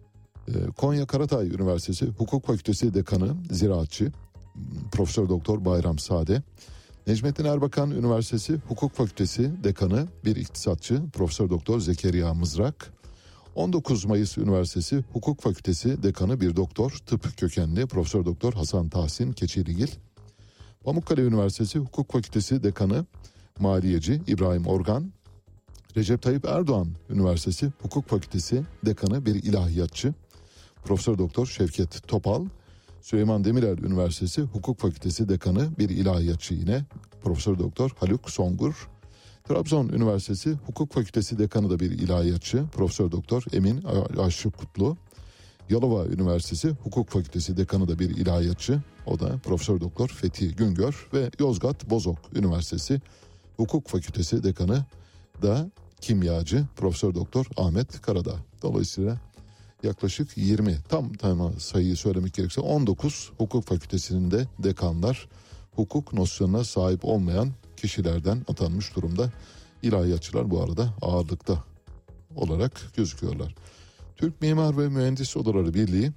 Konya Karatay Üniversitesi Hukuk Fakültesi Dekanı ziraatçı Profesör Doktor Bayram Sade. Necmettin Erbakan Üniversitesi Hukuk Fakültesi Dekanı bir iktisatçı Profesör Doktor Zekeriya Mızrak. 19 Mayıs Üniversitesi Hukuk Fakültesi Dekanı bir doktor, tıp kökenli Profesör Doktor Hasan Tahsin Keçiligil. Pamukkale Üniversitesi Hukuk Fakültesi Dekanı maliyeci İbrahim Organ. Recep Tayyip Erdoğan Üniversitesi Hukuk Fakültesi Dekanı bir ilahiyatçı Profesör Doktor Şevket Topal. Süleyman Demirel Üniversitesi Hukuk Fakültesi Dekanı bir ilahiyatçı yine Profesör Doktor Haluk Songur. Trabzon Üniversitesi Hukuk Fakültesi Dekanı da bir ilahiyatçı Profesör Doktor Emin Aşık Kutlu. Yalova Üniversitesi Hukuk Fakültesi Dekanı da bir ilahiyatçı, o da Profesör Doktor Fethi Güngör ve Yozgat Bozok Üniversitesi Hukuk Fakültesi Dekanı da kimyacı Profesör Doktor Ahmet Karadağ. Dolayısıyla yaklaşık 20, tam sayıyı söylemek gerekirse 19 hukuk fakültesinin de dekanlar hukuk nosyonuna sahip olmayan kişilerden atanmış durumda. İlahiyatçılar bu arada ağırlıkta olarak gözüküyorlar. Türk Mimar ve Mühendis Odaları Birliği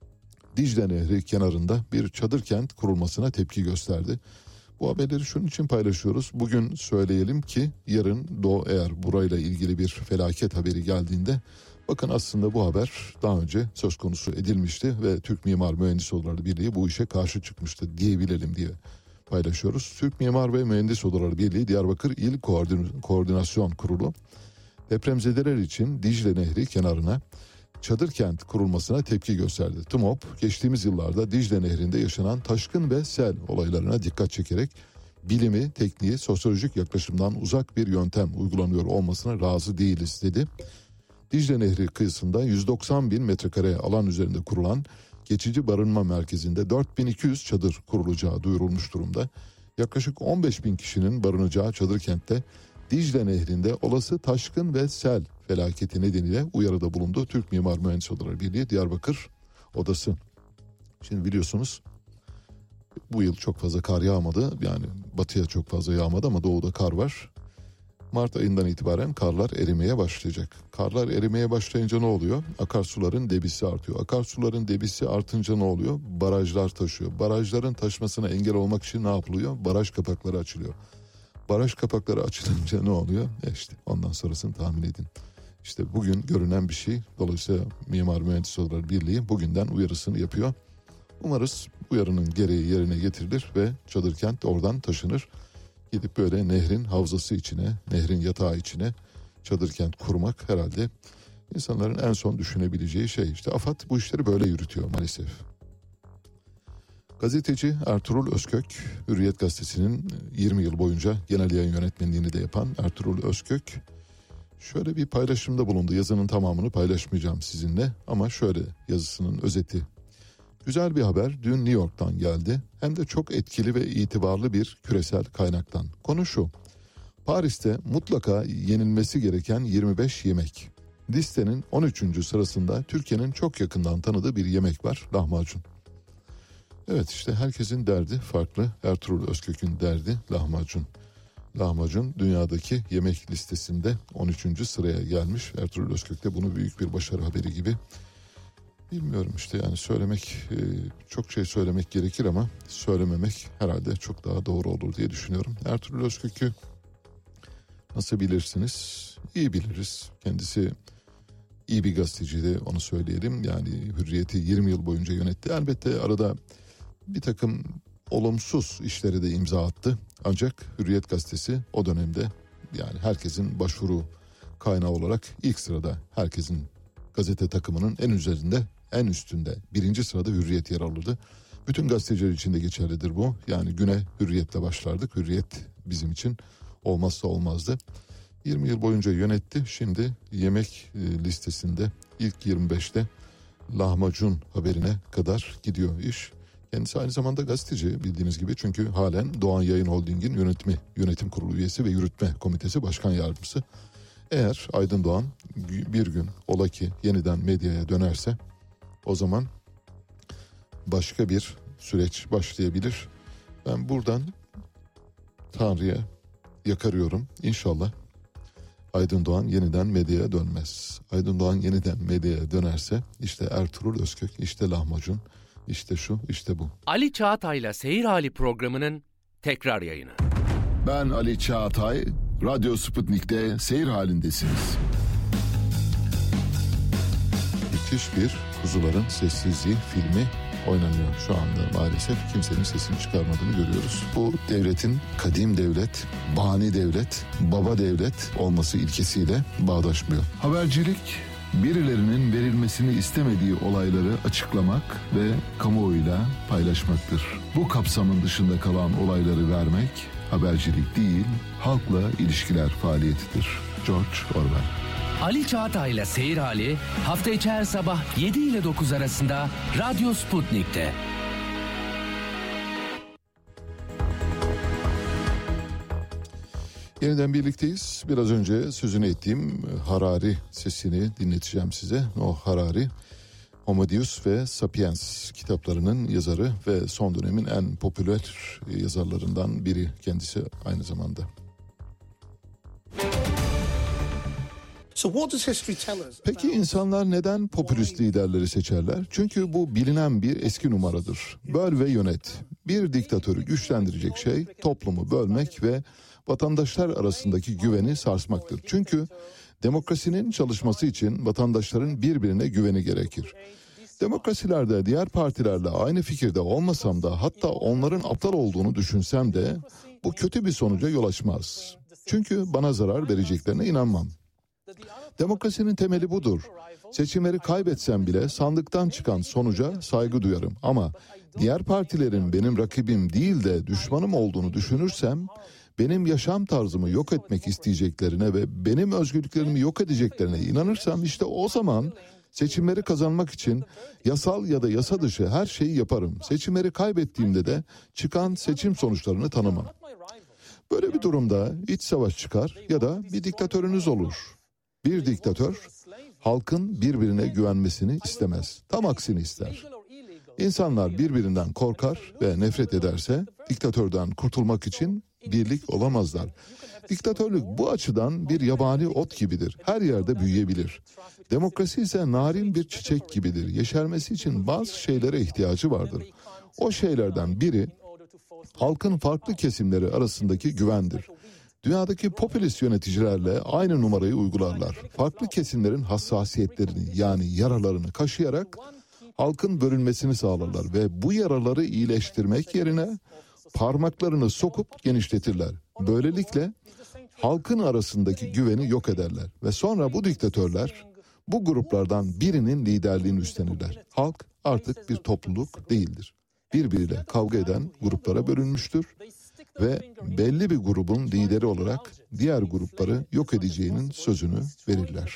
Dicle Nehri kenarında bir çadır kent kurulmasına tepki gösterdi. Bu haberleri şunun için paylaşıyoruz. Bugün söyleyelim ki yarın eğer burayla ilgili bir felaket haberi geldiğinde, bakın aslında bu haber daha önce söz konusu edilmişti ve Türk Mimar Mühendis Odaları Birliği bu işe karşı çıkmıştı diyebilelim diye paylaşıyoruz. Türk Mimar ve Mühendis Odaları Birliği Diyarbakır İl Koordinasyon Kurulu depremzedeler için Dicle Nehri kenarına çadır kent kurulmasına tepki gösterdi. TMOP geçtiğimiz yıllarda Dicle Nehri'nde yaşanan taşkın ve sel olaylarına dikkat çekerek bilimi, tekniği, sosyolojik yaklaşımdan uzak bir yöntem uygulanıyor olmasına razı değiliz dedi. Dicle Nehri kıyısında 190 bin metrekare alan üzerinde kurulan geçici barınma merkezinde 4200 çadır kurulacağı duyurulmuş durumda. Yaklaşık 15 bin kişinin barınacağı çadır kentte Dicle Nehri'nde olası taşkın ve sel felaketi nedeniyle uyarıda bulundu Türk Mimar Mühendis Odaları Birliği Diyarbakır Odası. Şimdi biliyorsunuz bu yıl çok fazla kar yağmadı, yani batıya çok fazla yağmadı ama doğuda kar var. Mart ayından itibaren karlar erimeye başlayacak. Karlar erimeye başlayınca ne oluyor? Akarsuların debisi artıyor. Akarsuların debisi artınca ne oluyor? Barajlar taşıyor. Barajların taşmasına engel olmak için ne yapılıyor? Baraj kapakları açılıyor. Baraj kapakları açılınca ne oluyor? İşte ondan sonrasını tahmin edin. İşte bugün görünen bir şey. Dolayısıyla Mimar Mühendis Odaları Birliği bugünden uyarısını yapıyor. Umarız uyarının gereği yerine getirilir ve çadır kent oradan taşınır. Gidip böyle nehrin havzası içine, nehrin yatağı içine çadır kent kurmak herhalde insanların en son düşünebileceği şey. İşte AFAD bu işleri böyle yürütüyor maalesef. Gazeteci Ertuğrul Özkök, Hürriyet Gazetesi'nin 20 yıl boyunca genel yayın yönetmenliğini de yapan Ertuğrul Özkök şöyle bir paylaşımda bulundu. Yazının tamamını paylaşmayacağım sizinle ama şöyle yazısının özeti. Güzel bir haber dün New York'tan geldi. Hem de çok etkili ve itibarlı bir küresel kaynaktan. Konu şu: Paris'te mutlaka yenilmesi gereken 25 yemek. Listenin 13. sırasında Türkiye'nin çok yakından tanıdığı bir yemek var: lahmacun. Evet, işte herkesin derdi farklı. Ertuğrul Özkök'ün derdi lahmacun. Lahmacun dünyadaki yemek listesinde 13. sıraya gelmiş. Ertuğrul Özkök de bunu büyük bir başarı haberi gibi. Bilmiyorum işte, yani söylemek, çok şey söylemek gerekir ama söylememek herhalde çok daha doğru olur diye düşünüyorum. Ertuğrul Özkök'ü nasıl bilirsiniz? İyi biliriz. Kendisi iyi bir gazeteciydi, onu söyleyelim. Yani Hürriyet'i 20 yıl boyunca yönetti. Elbette arada bir takım olumsuz işlere de imza attı. Ancak Hürriyet gazetesi o dönemde yani herkesin başvuru kaynağı olarak ilk sırada, herkesin gazete takımının en üstünde birinci sırada Hürriyet yer alırdı. Bütün gazeteciler için de geçerlidir bu. Yani güne Hürriyet'le başlardık. Hürriyet bizim için olmazsa olmazdı. 20 yıl boyunca yönetti. Şimdi yemek listesinde ilk 25'te lahmacun haberine kadar gidiyor iş. Kendisi aynı zamanda gazeteci bildiğiniz gibi, çünkü halen Doğan Yayın Holding'in yönetim kurulu üyesi ve yürütme komitesi başkan yardımcısı. Eğer Aydın Doğan bir gün ola ki yeniden medyaya dönerse, o zaman başka bir süreç başlayabilir. Ben buradan Tanrı'ya yakarıyorum. İnşallah Aydın Doğan yeniden medyaya dönmez. Aydın Doğan yeniden medyaya dönerse işte Ertuğrul Özkök, işte lahmacun, işte şu, işte bu.
Ali Çağatay'la Seyir Hali programının tekrar yayını.
Ben Ali Çağatay, Radyo Sputnik'te seyir halindesiniz.
Müthiş bir Kuzuların Sessizliği filmi oynanıyor şu anda maalesef. Kimsenin sesini çıkarmadığını görüyoruz. Bu devletin kadim devlet, bani devlet, baba devlet olması ilkesiyle bağdaşmıyor.
Habercilik, birilerinin verilmesini istemediği olayları açıklamak ve kamuoyuyla paylaşmaktır. Bu kapsamın dışında kalan olayları vermek habercilik değil, halkla ilişkiler faaliyetidir. George Orwell.
Ali Çağatay'la Seyir Hali hafta içi her sabah 7 ile 9 arasında Radyo Sputnik'te.
Yeniden birlikteyiz. Biraz önce sözünü ettiğim Harari sesini dinleteceğim size. O Harari, Homo Deus ve Sapiens kitaplarının yazarı ve son dönemin en popüler yazarlarından biri kendisi aynı zamanda. Peki insanlar neden popülist liderleri seçerler? Çünkü bu bilinen bir eski numaradır. Böl ve yönet. Bir diktatörü güçlendirecek şey toplumu bölmek ve vatandaşlar arasındaki güveni sarsmaktır. Çünkü demokrasinin çalışması için vatandaşların birbirine güveni gerekir. Demokrasilerde diğer partilerle aynı fikirde olmasam da, hatta onların aptal olduğunu düşünsem de bu kötü bir sonuca yol açmaz. Çünkü bana zarar vereceklerine inanmam. Demokrasinin temeli budur. Seçimleri kaybetsem bile sandıktan çıkan sonuca saygı duyarım. Ama diğer partilerin benim rakibim değil de düşmanım olduğunu düşünürsem, benim yaşam tarzımı yok etmek isteyeceklerine ve benim özgürlüklerimi yok edeceklerine inanırsam, işte o zaman seçimleri kazanmak için yasal ya da yasa dışı her şeyi yaparım. Seçimleri kaybettiğimde de çıkan seçim sonuçlarını tanımam. Böyle bir durumda iç savaş çıkar ya da bir diktatörünüz olur. Bir diktatör halkın birbirine güvenmesini istemez. Tam aksini ister. İnsanlar birbirinden korkar ve nefret ederse diktatörden kurtulmak için birlik olamazlar. Diktatörlük bu açıdan bir yabani ot gibidir. Her yerde büyüyebilir. Demokrasi ise narin bir çiçek gibidir. Yeşermesi için bazı şeylere ihtiyacı vardır. O şeylerden biri halkın farklı kesimleri arasındaki güvendir. Dünyadaki popülist yöneticilerle aynı numarayı uygularlar. Farklı kesimlerin hassasiyetlerini, yani yaralarını kaşıyarak halkın bölünmesini sağlarlar ve bu yaraları iyileştirmek yerine parmaklarını sokup genişletirler. Böylelikle halkın arasındaki güveni yok ederler ve sonra bu diktatörler bu gruplardan birinin liderliğini üstlenirler. Halk artık bir topluluk değildir. Birbiriyle kavga eden gruplara bölünmüştür ve belli bir grubun lideri olarak diğer grupları yok edeceğinin sözünü verirler.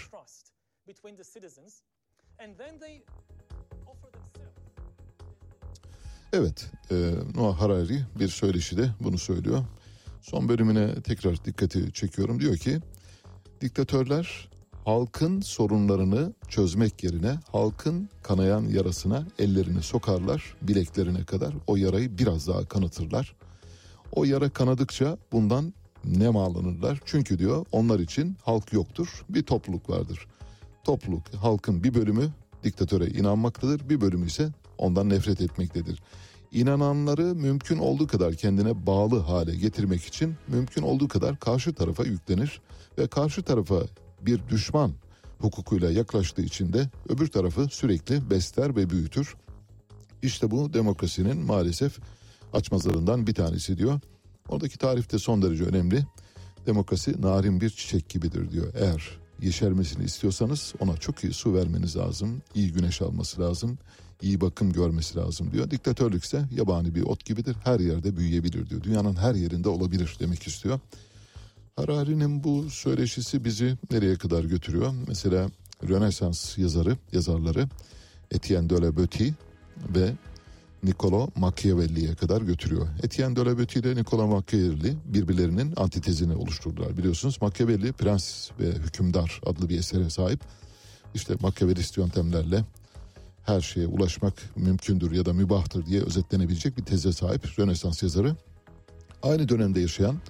Evet, Noah Harari bir söyleşide bunu söylüyor. Son bölümüne tekrar dikkati çekiyorum. Diyor ki, diktatörler halkın sorunlarını çözmek yerine halkın kanayan yarasına ellerini sokarlar, bileklerine kadar o yarayı biraz daha kanatırlar. O yara kanadıkça bundan nemalanırlar. Çünkü diyor, onlar için halk yoktur, bir topluluk vardır. Topluluk, halkın bir bölümü diktatöre inanmaktadır, bir bölümü ise ondan nefret etmektedir. İnananları mümkün olduğu kadar kendine bağlı hale getirmek için mümkün olduğu kadar karşı tarafa yüklenir ve karşı tarafa bir düşman hukukuyla yaklaştığı için de öbür tarafı sürekli besler ve büyütür. İşte bu demokrasinin maalesef açmazlarından bir tanesi diyor. Oradaki tarif de son derece önemli. Demokrasi narin bir çiçek gibidir diyor. Eğer yeşermesini istiyorsanız ona çok iyi su vermeniz lazım, iyi güneş alması lazım, iyi bakım görmesi lazım diyor. Diktatörlük ise yabani bir ot gibidir, her yerde büyüyebilir diyor. Dünyanın her yerinde olabilir demek istiyor. Harari'nin bu söyleşisi bizi nereye kadar götürüyor? Mesela Rönesans yazarları Etienne de la Boétie ve Niccolo Machiavelli'ye kadar götürüyor. Etienne de la Boétie ile Niccolo Machiavelli birbirlerinin antitezini oluşturdular. Biliyorsunuz Machiavelli Prens ve Hükümdar adlı bir esere sahip. İşte Machiavellist yöntemlerle her şeye ulaşmak mümkündür ya da mübahtır diye özetlenebilecek bir teze sahip Rönesans yazarı. Aynı dönemde yaşayan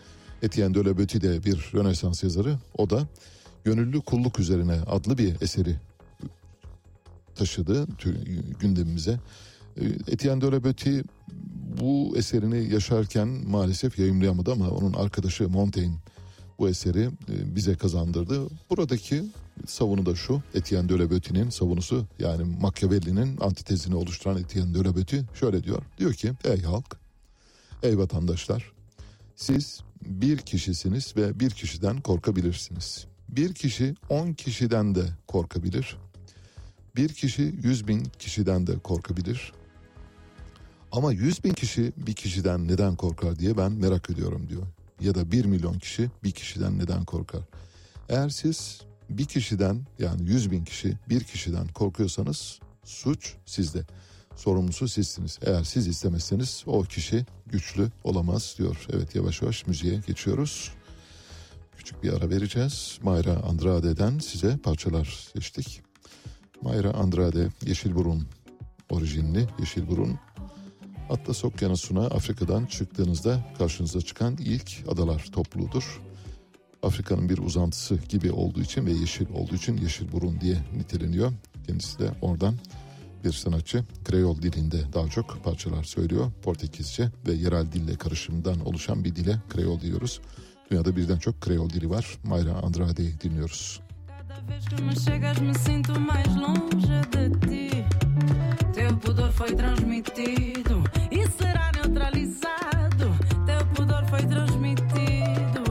Etienne de la Boétie de bir Rönesans yazarı. O da Gönüllü Kulluk Üzerine adlı bir eseri taşıdı gündemimize. Etienne de la Boétie bu eserini yaşarken maalesef yayımlayamadı ama onun arkadaşı Montaigne bu eseri bize kazandırdı. Buradaki savunu da şu: Etienne de la Boétie'nin savunusu, yani Machiavelli'nin antitezini oluşturan Etienne de la Boétie şöyle diyor. Diyor ki ey halk, ey vatandaşlar, siz bir kişisiniz ve bir kişiden korkabilirsiniz. Bir kişi 10 kişiden de korkabilir. Bir kişi 100.000 kişiden de korkabilir. Ama 100.000 kişi bir kişiden neden korkar diye ben merak ediyorum diyor. Ya da 1 milyon kişi bir kişiden neden korkar? Eğer siz bir kişiden, yani 100.000 kişi bir kişiden korkuyorsanız suç sizde. Sorumlusu sizsiniz. Eğer siz istemezseniz o kişi güçlü olamaz diyor. Evet, yavaş yavaş müziğe geçiyoruz. Küçük bir ara vereceğiz. Mayra Andrade'den size parçalar seçtik. Mayra Andrade Yeşilburun orijinli. Yeşilburun Atlas Okyanusu'na Afrika'dan çıktığınızda karşınıza çıkan ilk adalar topluluğudur. Afrika'nın bir uzantısı gibi olduğu için ve yeşil olduğu için Yeşilburun diye niteleniyor. Kendisi de oradan bir sanatçı. Kreol dilinde daha çok parçalar söylüyor. Portekizce ve yerel dille karışımından oluşan bir dile Kreol diyoruz. Dünyada birden çok Kreol dili var. Mayra Andrade'yi dinliyoruz.
Cada vez que me chegas me sinto mais longe de ti. Teu pudor foi transmitido e será neutralizado. Teu pudor foi transmitido.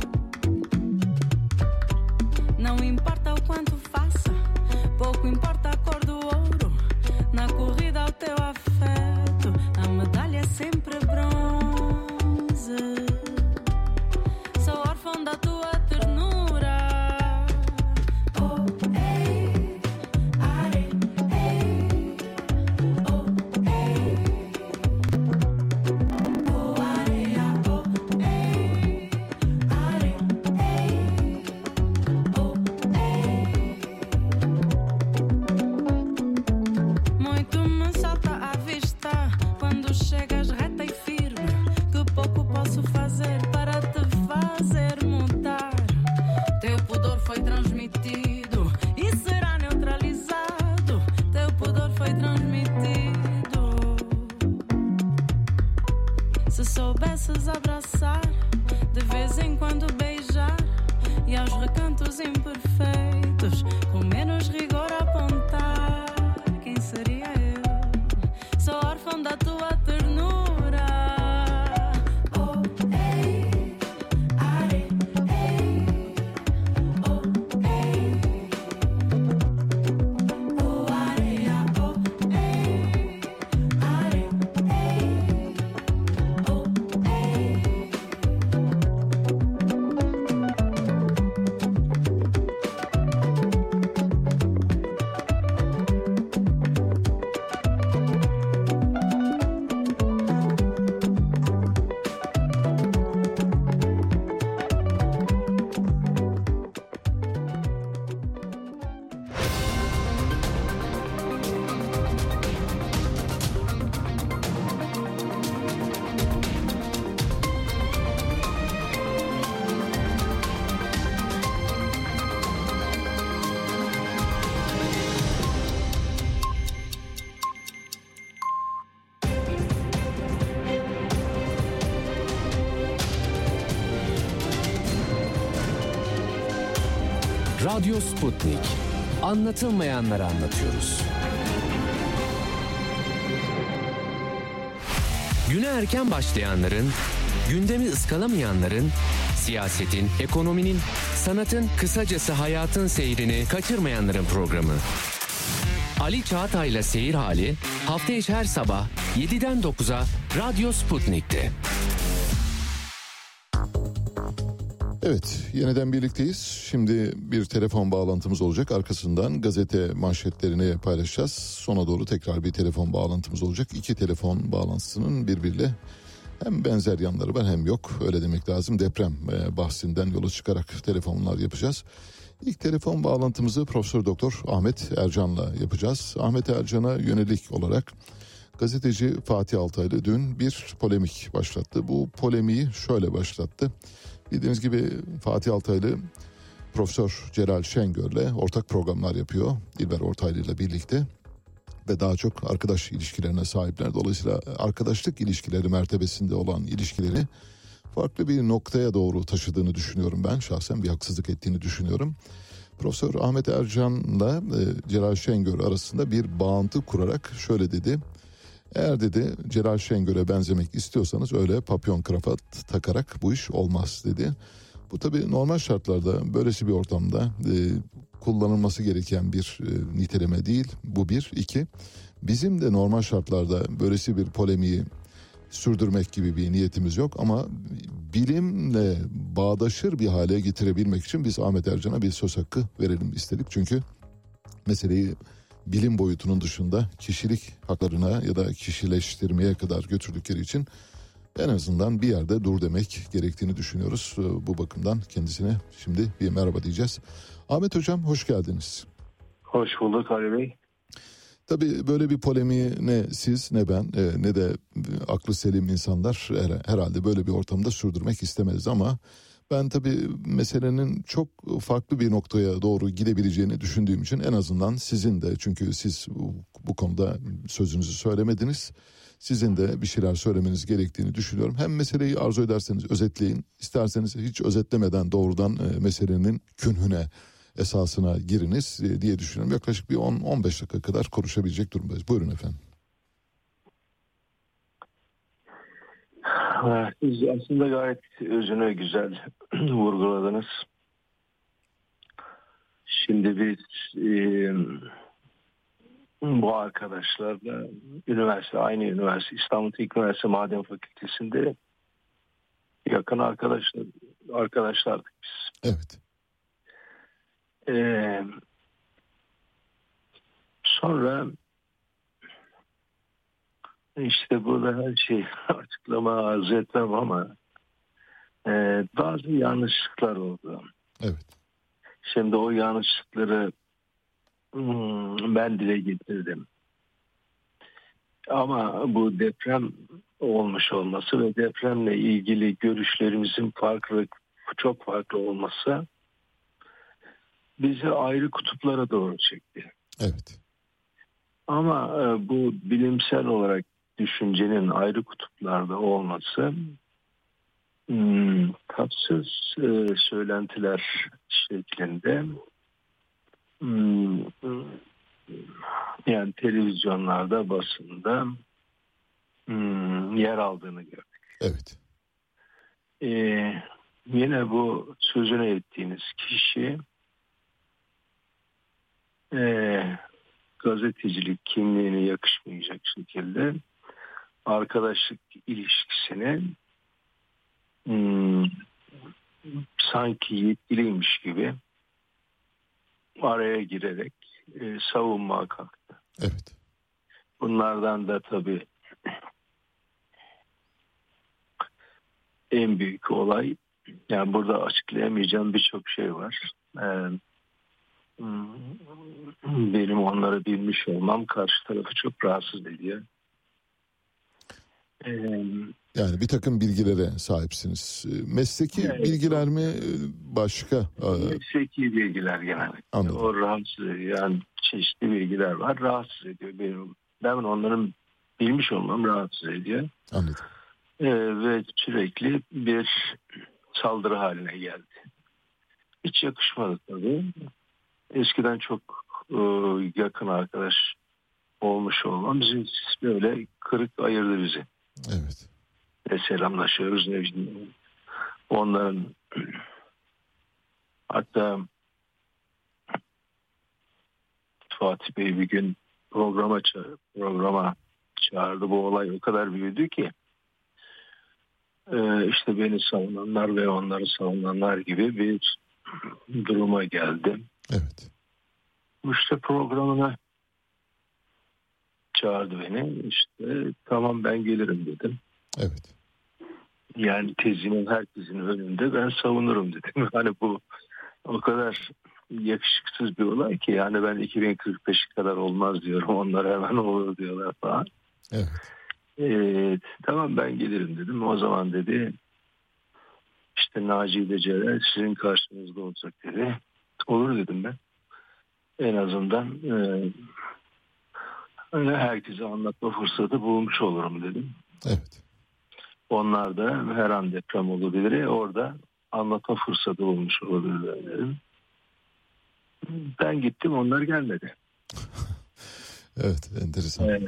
Não importa o quanto faça, pouco importa a cor do ouro. Na corrida ao teu afeto, a medalha é sempre bronze. Sou órfão da tua ternura. Oh, ei, are, ei. Oh, ei. Oh, areia, oh, ei. Are, ei. Oh, ei. Muito me salta à vista quando chegas reta e firme. Que pouco posso fazer para te fazer mudar. Teu pudor foi transmitido e será neutralizado. Teu pudor foi transmitido. Se soubesses abraçar, de vez em quando beijar, e aos recantos imperfeitos, com menos rigor apontar, quem seria eu? Sou órfão da tua ternura. Oh, ei, are, ei. Oh, ei. Oh, areia, oh, ei. Are, ei. Oh, ei.
Radyo Sputnik. Anlatılmayanları anlatıyoruz. Güne erken başlayanların, gündemi ıskalamayanların, siyasetin, ekonominin, sanatın, kısacası hayatın seyrini kaçırmayanların programı. Ali Çağatay'la Seyir Hali hafta içi her sabah 7'den 9'a Radyo Sputnik'te.
Evet, yeniden birlikteyiz. Şimdi bir telefon bağlantımız olacak. Arkasından gazete manşetlerini paylaşacağız. Sona doğru tekrar bir telefon bağlantımız olacak. İki telefon bağlantısının birbiriyle hem benzer yanları var hem yok. Öyle demek lazım. Deprem bahsinden yola çıkarak telefonlar yapacağız. İlk telefon bağlantımızı Profesör Doktor Ahmet Ercan'la yapacağız. Ahmet Ercan'a yönelik olarak Gazeteci Fatih Altaylı dün bir polemik başlattı. Bu polemiği şöyle başlattı. Bildiğiniz gibi Fatih Altaylı Profesör Celal Şengör'le ortak programlar yapıyor. İlber Ortaylı ile birlikte. Ve daha çok arkadaş ilişkilerine sahipler. Dolayısıyla arkadaşlık ilişkileri mertebesinde olan ilişkileri farklı bir noktaya doğru taşıdığını düşünüyorum ben. Şahsen bir haksızlık ettiğini düşünüyorum. Profesör Ahmet Ercan'la Celal Şengör arasında bir bağıntı kurarak şöyle dedi. Eğer dedi Celal Şengör'e benzemek istiyorsanız öyle papyon kravat takarak bu iş olmaz dedi. Bu tabii normal şartlarda böylesi bir ortamda kullanılması gereken bir niteleme değil. Bu bir. İki, bizim de normal şartlarda böylesi bir polemiği sürdürmek gibi bir niyetimiz yok. Ama bilimle bağdaşır bir hale getirebilmek için biz Ahmet Ercan'a bir söz hakkı verelim istedik. Çünkü meseleyi bilim boyutunun dışında kişilik haklarına ya da kişileştirmeye kadar götürdükleri için en azından bir yerde dur demek gerektiğini düşünüyoruz. Bu bakımdan kendisine şimdi bir merhaba diyeceğiz. Ahmet Hocam hoş geldiniz.
Hoş bulduk Ali Bey.
Tabii böyle bir polemiği ne siz ne ben ne de aklı selim insanlar herhalde böyle bir ortamda sürdürmek istemez ama ben tabii meselenin çok farklı bir noktaya doğru gidebileceğini düşündüğüm için en azından sizin de, çünkü siz bu konuda sözünüzü söylemediniz, sizin de bir şeyler söylemeniz gerektiğini düşünüyorum. Hem meseleyi arzu ederseniz özetleyin, isterseniz hiç özetlemeden doğrudan meselenin künhüne, esasına giriniz diye düşünüyorum. Yaklaşık bir 10-15 dakika kadar konuşabilecek durumdayız. Buyurun efendim.
Siz aslında gayet özünü güzel vurguladınız. Şimdi biz bu arkadaşlarla aynı üniversite, İstanbul Teknik Üniversitesi Maden Fakültesi'nde yakın arkadaşlardık biz.
Evet.
Sonra işte burada her şey açıklama arzu etmem ama bazı yanlışlıklar oldu.
Evet.
Şimdi o yanlışlıkları ben dile getirdim. Ama bu deprem olmuş olması ve depremle ilgili görüşlerimizin çok farklı olması bizi ayrı kutuplara doğru çekti.
Evet.
Ama bu bilimsel olarak düşüncenin ayrı kutuplarda olması tatsız söylentiler şeklinde yani televizyonlarda, basında yer aldığını gördük.
Evet.
Yine bu sözünü ettiğiniz kişi gazetecilik kimliğine yakışmayacak şekilde arkadaşlık ilişkisini sanki yetkiliymiş gibi araya girerek savunmaya kalktı.
Evet.
Bunlardan da tabii en büyük olay, yani burada açıklayamayacağım birçok şey var. Benim onları bilmiş olmam karşı tarafı çok rahatsız ediyor.
Yani bir takım bilgilere sahipsiniz. Mesleki bilgiler mi başka?
Mesleki bilgiler genellikle.
Anladım.
O rahatsız ediyor. Yani çeşitli bilgiler var. Rahatsız ediyor. Ben onların bilmiş olmam rahatsız ediyor.
Anladım.
Ve sürekli bir saldırı haline geldi. Hiç yakışmadı tabii. Eskiden çok yakın arkadaş olmuş olmam bizi böyle kırık ayırdı bizi.
Evet.
Selamlaşıyoruz. Onların hatta Fatih Bey bir gün programa çağırdı. Bu olay o kadar büyüdü ki işte beni savunanlar ve onları savunanlar gibi bir duruma geldi.
Evet.
İşte programına çağırdı beni. İşte tamam ben gelirim dedim.
Evet.
Yani tezinin herkesin önünde ben savunurum dedim. Hani bu o kadar yakışıksız bir olay ki yani ben 2045'e kadar olmaz diyorum. Onlar hemen olur diyorlar falan.
Evet.
Tamam ben gelirim dedim. O zaman dedi işte Naci ile Celal sizin karşınızda olacak dedi. Olur dedim ben. En azından herkese anlatma fırsatı bulmuş olurum dedim.
Evet.
Onlar da her an deprem olabilir. Orada anlatma fırsatı bulmuş olabilir dedim. Ben gittim, onlar gelmedi.
Evet, enteresan.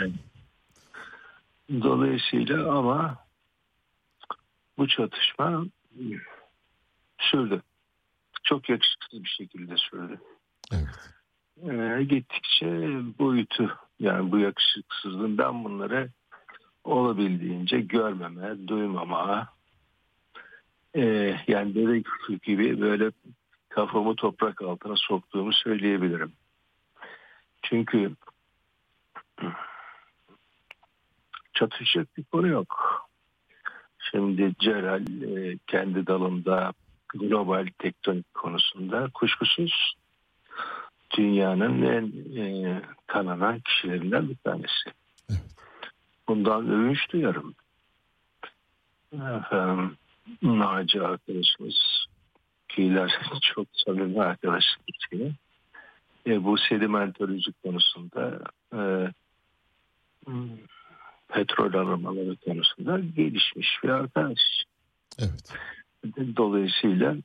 Dolayısıyla ama bu çatışma sürdü. Çok yakışıksız bir şekilde sürdü.
Evet.
Gittikçe boyutu, yani bu yakışıksızlığın, ben bunları olabildiğince görmeme, duymama, yani bebek gibi böyle kafamı toprak altına soktuğumu söyleyebilirim. Çünkü çatışacak bir konu yok. Şimdi Celal kendi dalında global tektonik konusunda kuşkusuz dünyanın en tanınan kişilerinden bir tanesi.
Evet.
Bundan övünç duyarım. Efendim, Naci arkadaşımız, kiler çok samimi arkadaşlık. Bu sedimentoloji konusunda petrol aramaları konusunda gelişmiş bir arkadaş.
Evet.
Dolayısıyla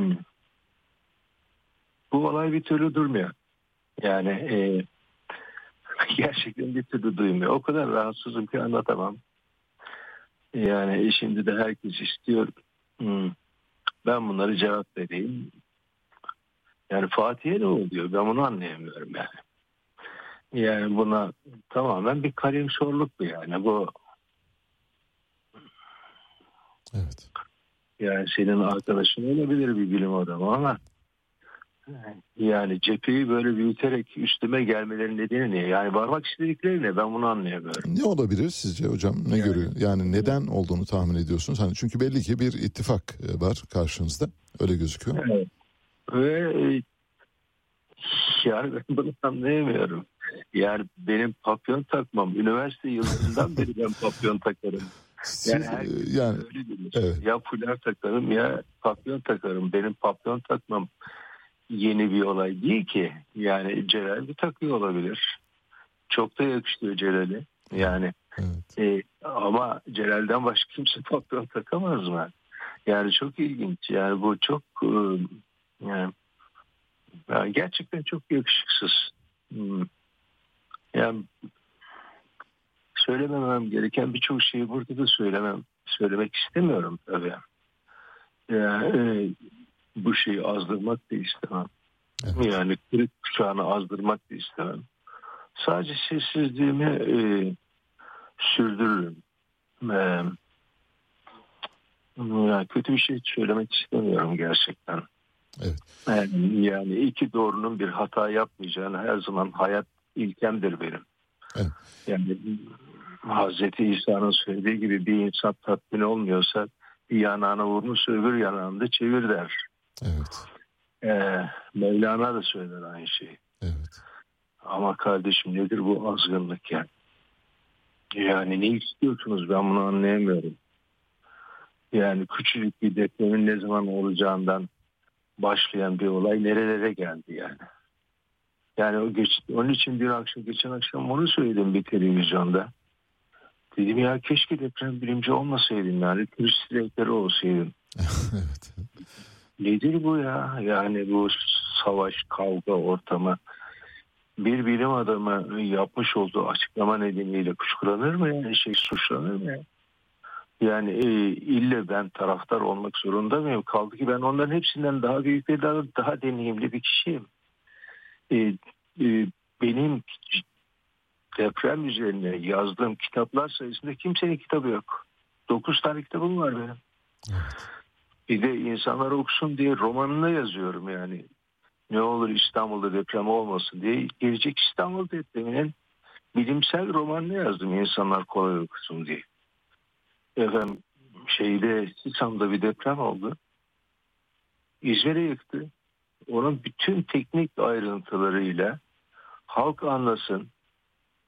bu olay bir türlü durmuyor. Yani gerçekten bir türlü duymuyor. O kadar rahatsızım ki anlatamam. Yani şimdi de herkes istiyor. Ben bunları cevap vereyim. Yani Fatih'e ne oluyor? Ben bunu anlayamıyorum yani. Yani buna tamamen bir kalemşorluk bu yani. Bu
Evet.
yani senin arkadaşın olabilir bir bilim adamı ama yani cepheyi böyle büyüterek üstüme gelmelerinin nedeni ne? Yani varmak istedikleri ne? Ben bunu anlayamıyorum.
Ne olabilir sizce hocam? Ne görüyor? Yani neden olduğunu tahmin ediyorsunuz? Hani çünkü belli ki bir ittifak var karşınızda. Öyle gözüküyor.
Evet. Ve yani ben bunu anlayamıyorum. Yani benim papyon takmam. Üniversite yıllarından beri ben papyon takarım. Yani herkes öyle bilir.
Evet.
Ya fular takarım ya papyon takarım. Benim papyon takmam yeni bir olay değil ki. Yani Celal bir takıyor olabilir. Çok da yakıştıyor Celal'i. Yani
evet.
Ama Celal'den başka kimse papyon takamaz mı? Yani çok ilginç. Yani bu çok yani gerçekten çok yakışıksız. Yani söylememem gereken birçok şeyi burada da söylemek istemiyorum tabii. Yani bu şeyi azdırmak da istemem.
Evet.
Yani kırık kuşağını azdırmak da istemem. Sadece sessizliğimi sürdürürüm. Yani kötü bir şey söylemek istemiyorum gerçekten.
Evet.
Yani iki doğrunun bir hata yapmayacağını her zaman hayat ilkemdir benim.
Evet.
Yani Hazreti İsa'nın söylediği gibi bir insan tatmin olmuyorsa bir yanağına vurmuş öbür yanağını da çevir der.
Evet.
Mevlana da söyler aynı şeyi.
Evet.
Ama kardeşim nedir bu azgınlık yani? Yani ne istiyorsunuz, ben bunu anlayamıyorum. Yani küçücük bir depremin ne zaman olacağından başlayan bir olay nerelere geldi yani. Yani onun için geçen akşam onu söyledim bir televizyonda. Dedim ya keşke deprem bilimci olmasaydım, yani turist rehberi olsaydım.
Evet.
Nedir bu ya? Yani bu savaş, kavga ortamı. Bir bilim adamı yapmış olduğu açıklama nedeniyle kuşkulanır mı yani? Suçlanır mı yani? Yani ille ben taraftar olmak zorunda mıyım? Kaldı ki ben onların hepsinden daha büyük ve daha deneyimli bir kişiyim. Benim deprem üzerine yazdığım kitaplar sayısında kimsenin kitabı yok. 9 tane kitabım var benim.
Evet.
Bir de insanlar okusun diye romanını yazıyorum yani. Ne olur İstanbul'da deprem olmasın diye. Gelecek İstanbul depreminin bilimsel romanını yazdım insanlar kolay okusun diye. Efendim Sisam'da bir deprem oldu. İzmir'e yıktı. Onun bütün teknik ayrıntılarıyla halk anlasın,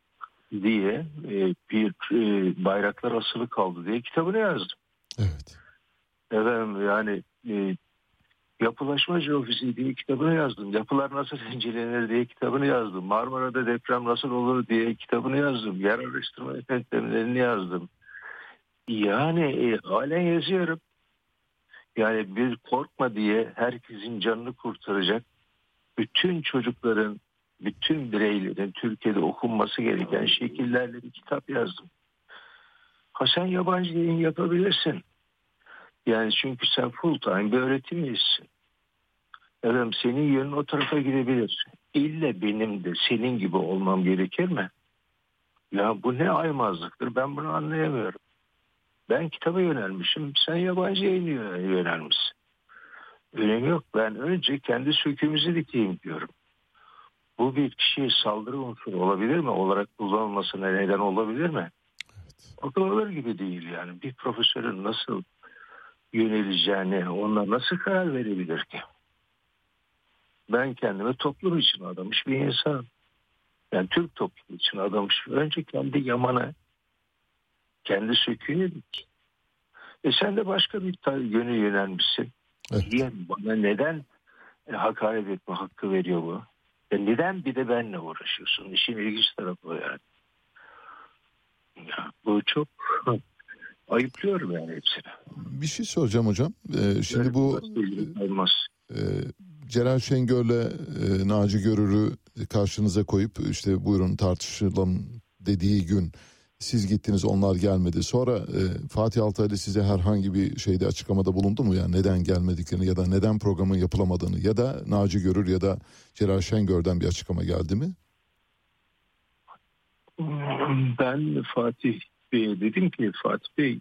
diye bir bayraklar asılı kaldı diye kitabını yazdım.
Evet.
Efendim yani yapılaşma jeofiziği diye kitabını yazdım. Yapılar nasıl incelenir diye kitabını yazdım. Marmara'da deprem nasıl olur diye kitabını yazdım. Yer araştırma efektlerini yazdım. Yani halen yazıyorum. Yani bir korkma diye herkesin canını kurtaracak, bütün çocukların, bütün bireylerin Türkiye'de okunması gereken şekillerle bir kitap yazdım. Ha sen yabancı yayın yapabilirsin. Yani çünkü sen full time bir öğretim üyesisin. Efendim senin yönün o tarafa gidebilir. İlle benim de senin gibi olmam gerekir mi? Ya bu ne aymazlıktır, ben bunu anlayamıyorum. Ben kitaba yönelmişim, sen yabancı yayına yönelmişsin. Önemi yok. Ben önce kendi söküğümüzü dikeyim diyorum. Bu bir kişiye saldırı unsuru olabilir mi? Olarak kullanılmasına neden olabilir mi?
Evet.
Akıllar gibi değil yani. Bir profesörün nasıl yöneleceğini, ona nasıl karar verebilir ki? Ben kendimi toplum için adamış bir insanım. Yani Türk toplumu için adamış. Önce kendi yamana, kendi söküğüne dik. Sen de başka bir yöne yönelmişsin.
Evet.
Diye bana neden hakaret etme hakkı veriyor bu? Neden bir de benle uğraşıyorsun? İşin ilginç tarafı o yani. Ya, bu çok ayıplıyorum yani hepsini.
Bir şey soracağım hocam. Şimdi bu
olmaz.
Celal Şengör'le Naci Görür'ü karşınıza koyup işte buyurun tartışalım dediği gün siz gittiniz, onlar gelmedi. Sonra Fatih Altaylı size herhangi bir şeyde açıklamada bulundu mu? Yani neden gelmediklerini ya da neden programın yapılamadığını, ya da Naci Görür ya da Celal Şengör'den bir açıklama geldi mi?
Ben Fatih Bey'e dedim ki, Fatih Bey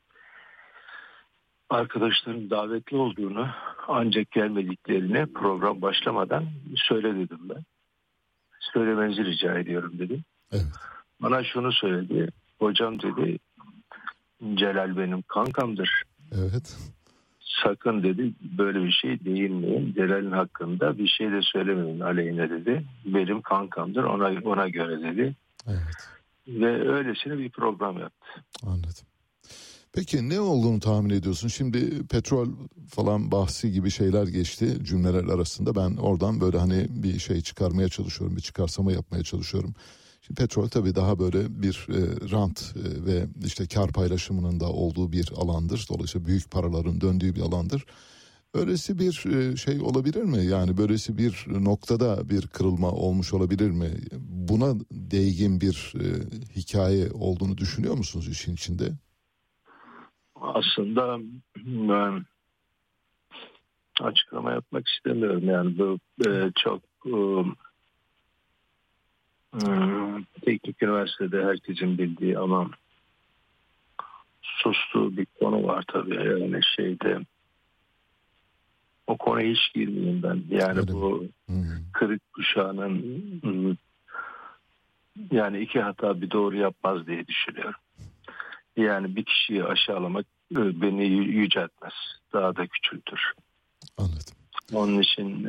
arkadaşların davetli olduğunu, ancak gelmediklerini program başlamadan söyle dedim ben. Söylemenizi rica ediyorum dedim.
Evet.
Bana şunu söyledi. Hocam dedi, Celal benim kankamdır.
Evet.
Sakın dedi böyle bir şey değinmeyin. Celal'in hakkında bir şey de söylemeyin aleyhine dedi. Benim kankamdır, ona göre dedi.
Evet.
Ve öylesine bir program yaptı.
Anladım. Peki ne olduğunu tahmin ediyorsun? Şimdi petrol falan bahsi gibi şeyler geçti cümleler arasında. Ben oradan böyle hani bir şey çıkarmaya çalışıyorum, bir çıkarsama yapmaya çalışıyorum. Şimdi petrol tabii daha böyle bir rant ve işte kar paylaşımının da olduğu bir alandır. Dolayısıyla büyük paraların döndüğü bir alandır. Öylesi bir şey olabilir mi? Yani böylesi bir noktada bir kırılma olmuş olabilir mi? Buna değgin bir hikaye olduğunu düşünüyor musunuz işin içinde?
Aslında ben açıklama yapmak istemiyorum. Yani bu çok teknik üniversitede herkesin bildiği ama sustuğu bir konu var tabii. Yani o konuya hiç girmeyeyim ben. Yani
Öyle
bu kırık kuşağının yani iki hata bir doğru yapmaz diye düşünüyorum. Yani bir kişiyi aşağılamak beni yüceltmez. Daha da küçültür.
Anladım.
Onun için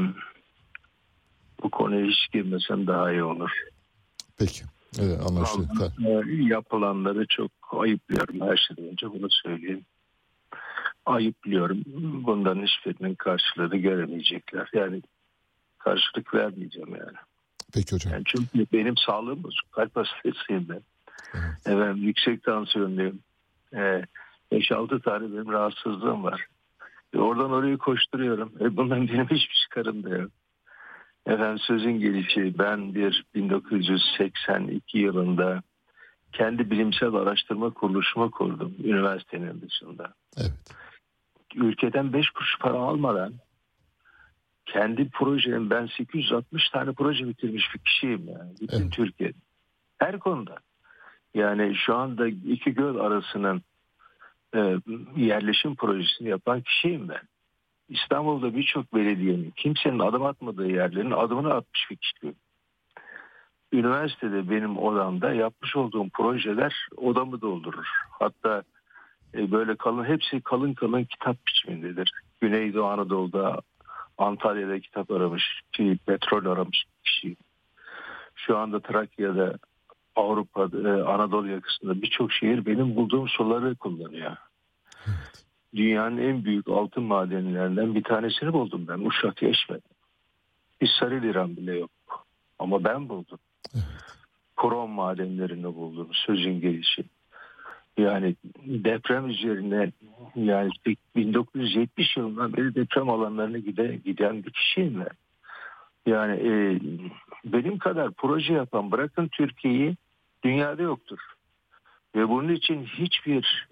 bu konuya hiç girmesem daha iyi olur.
Peki. Evet, anlaşıldı.
Yapılanları çok ayıplıyorum. Her şeyden önce bunu söyleyeyim. Ayıplıyorum. Bundan hiçbirinin karşılığını göremeyecekler. Yani karşılık vermeyeceğim yani.
Peki hocam.
Yani çünkü benim sağlığım bozuk. Kalp hastasıyım ben.
Evet.
Efendim, yüksek tansiyonluyum. 5-6 tane benim rahatsızlığım var. Oradan oraya koşturuyorum. Bundan benim hiçbir çıkarım da yok. Efendim sözün gelişi, ben 1982 yılında kendi bilimsel araştırma kuruluşumu kurdum üniversitenin dışında.
Evet.
Ülkeden 5 kuruş para almadan kendi projem, ben 860 tane proje bitirmiş bir kişiyim yani. Bütün
Evet.
Türkiye'de. Her konuda. Yani şu anda iki göl arasının yerleşim projesini yapan kişiyim ben. İstanbul'da birçok belediyenin, kimsenin adım atmadığı yerlerin adımını atmış bir kişiyim. Üniversitede benim odamda yapmış olduğum projeler odamı doldurur. Hatta böyle hepsi kalın kalın kitap biçimindedir. Güneydoğu Anadolu'da, Antalya'da kitap aramış, petrol aramış bir kişiyim. Şu anda Trakya'da Avrupa'da, Anadolu yakasında birçok şehir benim bulduğum suları kullanıyor.
Evet.
Dünyanın en büyük altın madenlerinden bir tanesini buldum ben. Uşak Yeşme. Bir sarı liram bile yok. Ama ben buldum.
Evet.
Krom madenlerini buldum. Sözün gelişi. Yani deprem üzerine, yani 1970 yılından beri deprem alanlarına giden bir kişiyim ben. Yani benim kadar proje yapan, bırakın Türkiye'yi, dünyada yoktur. Ve bunun için hiçbir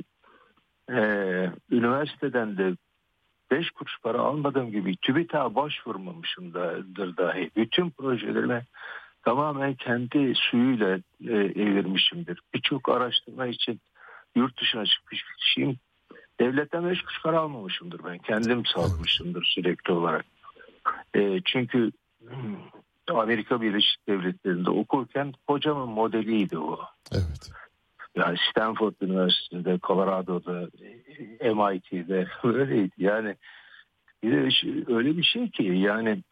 üniversiteden de 5 kuruş para almadığım gibi TÜBİTAK'a başvurmamışımdır dahi. Bütün projelerime tamamen kendi suyuyla evirmişimdir. Birçok araştırma için yurt dışına çıkmış bir kişiyim. Devletten 5 kuruş para almamışımdır ben. Kendim sağlamışımdır sürekli olarak. Çünkü Amerika Birleşik Devletleri'nde okurken hocamın modeliydi o.
Evet.
Yani Stanford Üniversitesi'nde, Colorado'da, MIT'de öyleydi. Yani bir de öyle bir şey ki yani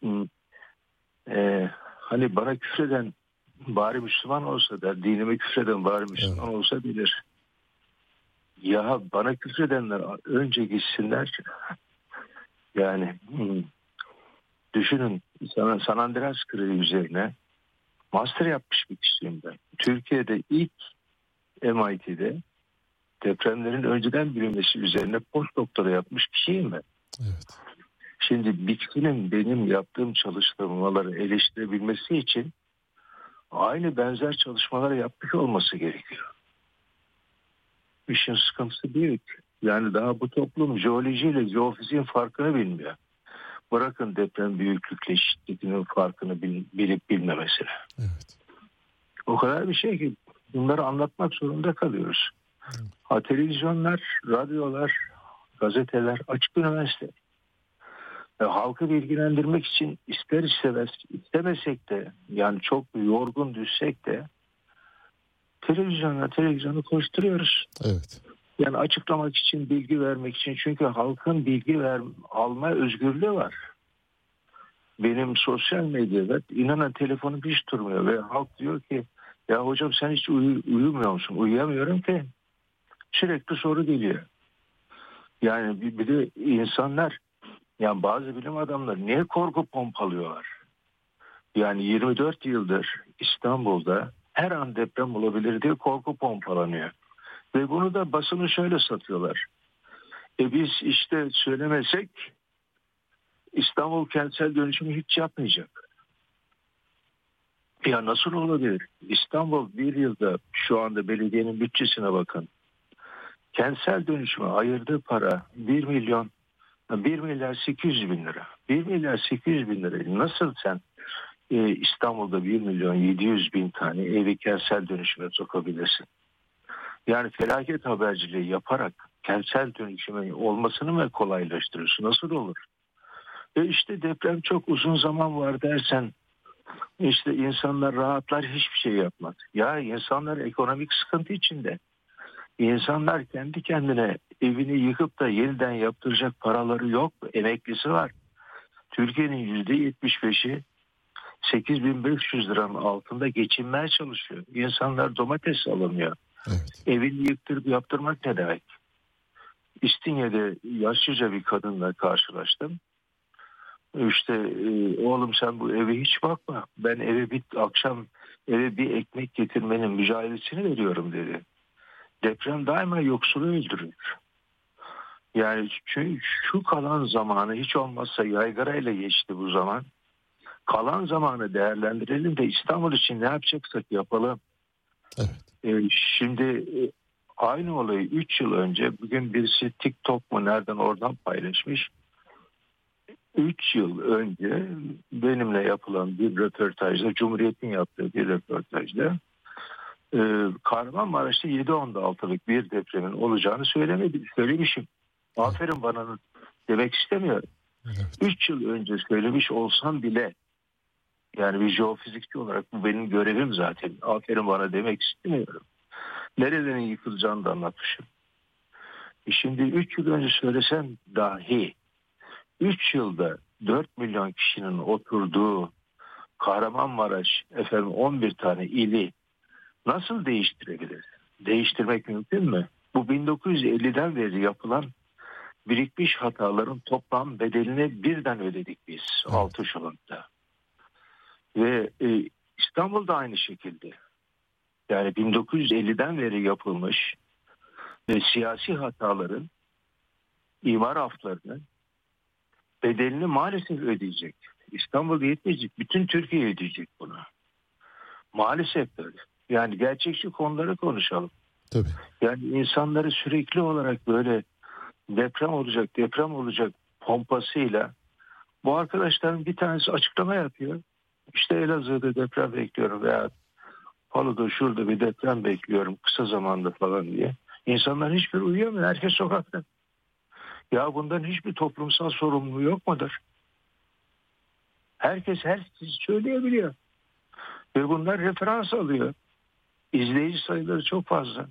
hani bana küfreden bari Müslüman olsa der, dinime küfreden bari Müslüman olsa bilir. Ya bana küfredenler önce gitsinler. Yani düşünün, San Andreas Kırığı üzerine master yapmış bir kişiyim ben. Türkiye'de ilk MIT'de depremlerin önceden bilinmesi üzerine post doktora yapmış kişiyim ben.
Evet.
Şimdi bitkinin benim yaptığım çalışmaları eleştirebilmesi için aynı benzer çalışmaları yapmış olması gerekiyor. İşin sıkıntısı büyük. Yani daha bu toplum jeolojiyle jeofiziğin farkını bilmiyor. Bırakın deprem büyüklükle şiddetinin farkını bilip bilmemesine.
Evet.
O kadar bir şey ki bunları anlatmak zorunda kalıyoruz. Ha, televizyonlar, radyolar, gazeteler, açık üniversite. Halkı bilgilendirmek için ister istemesek de, yani çok yorgun düşsek de televizyonu koşturuyoruz.
Evet.
Yani açıklamak için, bilgi vermek için, çünkü halkın bilgi alma özgürlüğü var. Benim sosyal medyada inanın telefonum hiç durmuyor ve halk diyor ki ya hocam sen hiç uyumuyor musun? Uyuyamıyorum ki. Sürekli soru geliyor. Yani bir de insanlar, yani bazı bilim adamları niye korku pompalıyorlar? Yani 24 yıldır İstanbul'da her an deprem olabilir diye korku pompalanıyor. Ve bunu da basını şöyle satıyorlar. Biz işte söylemesek İstanbul kentsel dönüşümü hiç yapmayacak. Ya nasıl olabilir? İstanbul bir yılda, şu anda belediyenin bütçesine bakın. Kentsel dönüşüme ayırdığı para 1 milyar 800 bin lira. 1 milyar 800 bin lirayı nasıl sen İstanbul'da 1 milyon 700 bin tane evi kentsel dönüşüme sokabilirsin? Yani felaket haberciliği yaparak kentsel dönüşümün olmasını mı kolaylaştırıyorsun? Nasıl olur? İşte deprem çok uzun zaman var dersen işte insanlar rahatlar, hiçbir şey yapmaz. Ya insanlar ekonomik sıkıntı içinde. İnsanlar kendi kendine evini yıkıp da yeniden yaptıracak paraları yok. Emeklisi var. Türkiye'nin %75'i 8.500 liranın altında geçinmeye çalışıyor. İnsanlar domates alamıyor.
Evet.
Evini yıktırıp yaptırmak ne demek? İstinye'de yaşlıca bir kadınla karşılaştım. İşte oğlum sen bu eve hiç bakma. Ben akşam eve bir ekmek getirmenin mücadelesini veriyorum dedi. Deprem daima yoksulu öldürür. Yani şu kalan zamanı hiç olmazsa yaygarayla geçti bu zaman. Kalan zamanı değerlendirelim de İstanbul için ne yapacaksak yapalım.
Evet.
Şimdi aynı olayı 3 yıl önce bugün birisi TikTok mu nereden oradan paylaşmış. 3 yıl önce benimle yapılan bir röportajda, Cumhuriyet'in yaptığı bir röportajda Kahramanmaraş'ta 7.6'lık bir depremin olacağını söylemişim. Aferin bana demek istemiyorum.
Evet.
3 yıl önce söylemiş olsam bile, yani bir jeofizikçi olarak bu benim görevim zaten. Aferin bana demek istemiyorum. Nerelerin yıkılacağını da anlatmışım. Şimdi 3 yıl önce söylesem dahi 3 yılda 4 milyon kişinin oturduğu Kahramanmaraş 11 tane ili nasıl değiştirebiliriz? Değiştirmek mümkün mü? Bu 1950'den beri yapılan birikmiş hataların toplam bedelini birden ödedik biz 6 Şubat'ta. Ve İstanbul'da aynı şekilde. Yani 1950'den beri yapılmış siyasi hataların, imar aflarının bedelini maalesef ödeyecek. İstanbul yetmeyecek. Bütün Türkiye ödeyecek bunu. Maalesef böyle. Yani gerçekçi konuları konuşalım.
Tabii.
Yani insanları sürekli olarak böyle deprem olacak pompasıyla, bu arkadaşların bir tanesi açıklama yapıyor. İşte Elazığ'da deprem bekliyorum veya Palu'da şurada bir deprem bekliyorum kısa zamanda falan diye. İnsanlar hiçbir uyuyamıyor. Herkes sokakta. Ya bundan hiçbir toplumsal sorumluluğu yok mudur? Herkes her şeyi söyleyebiliyor. Ve bunlar referans alıyor. İzleyici sayıları çok fazla.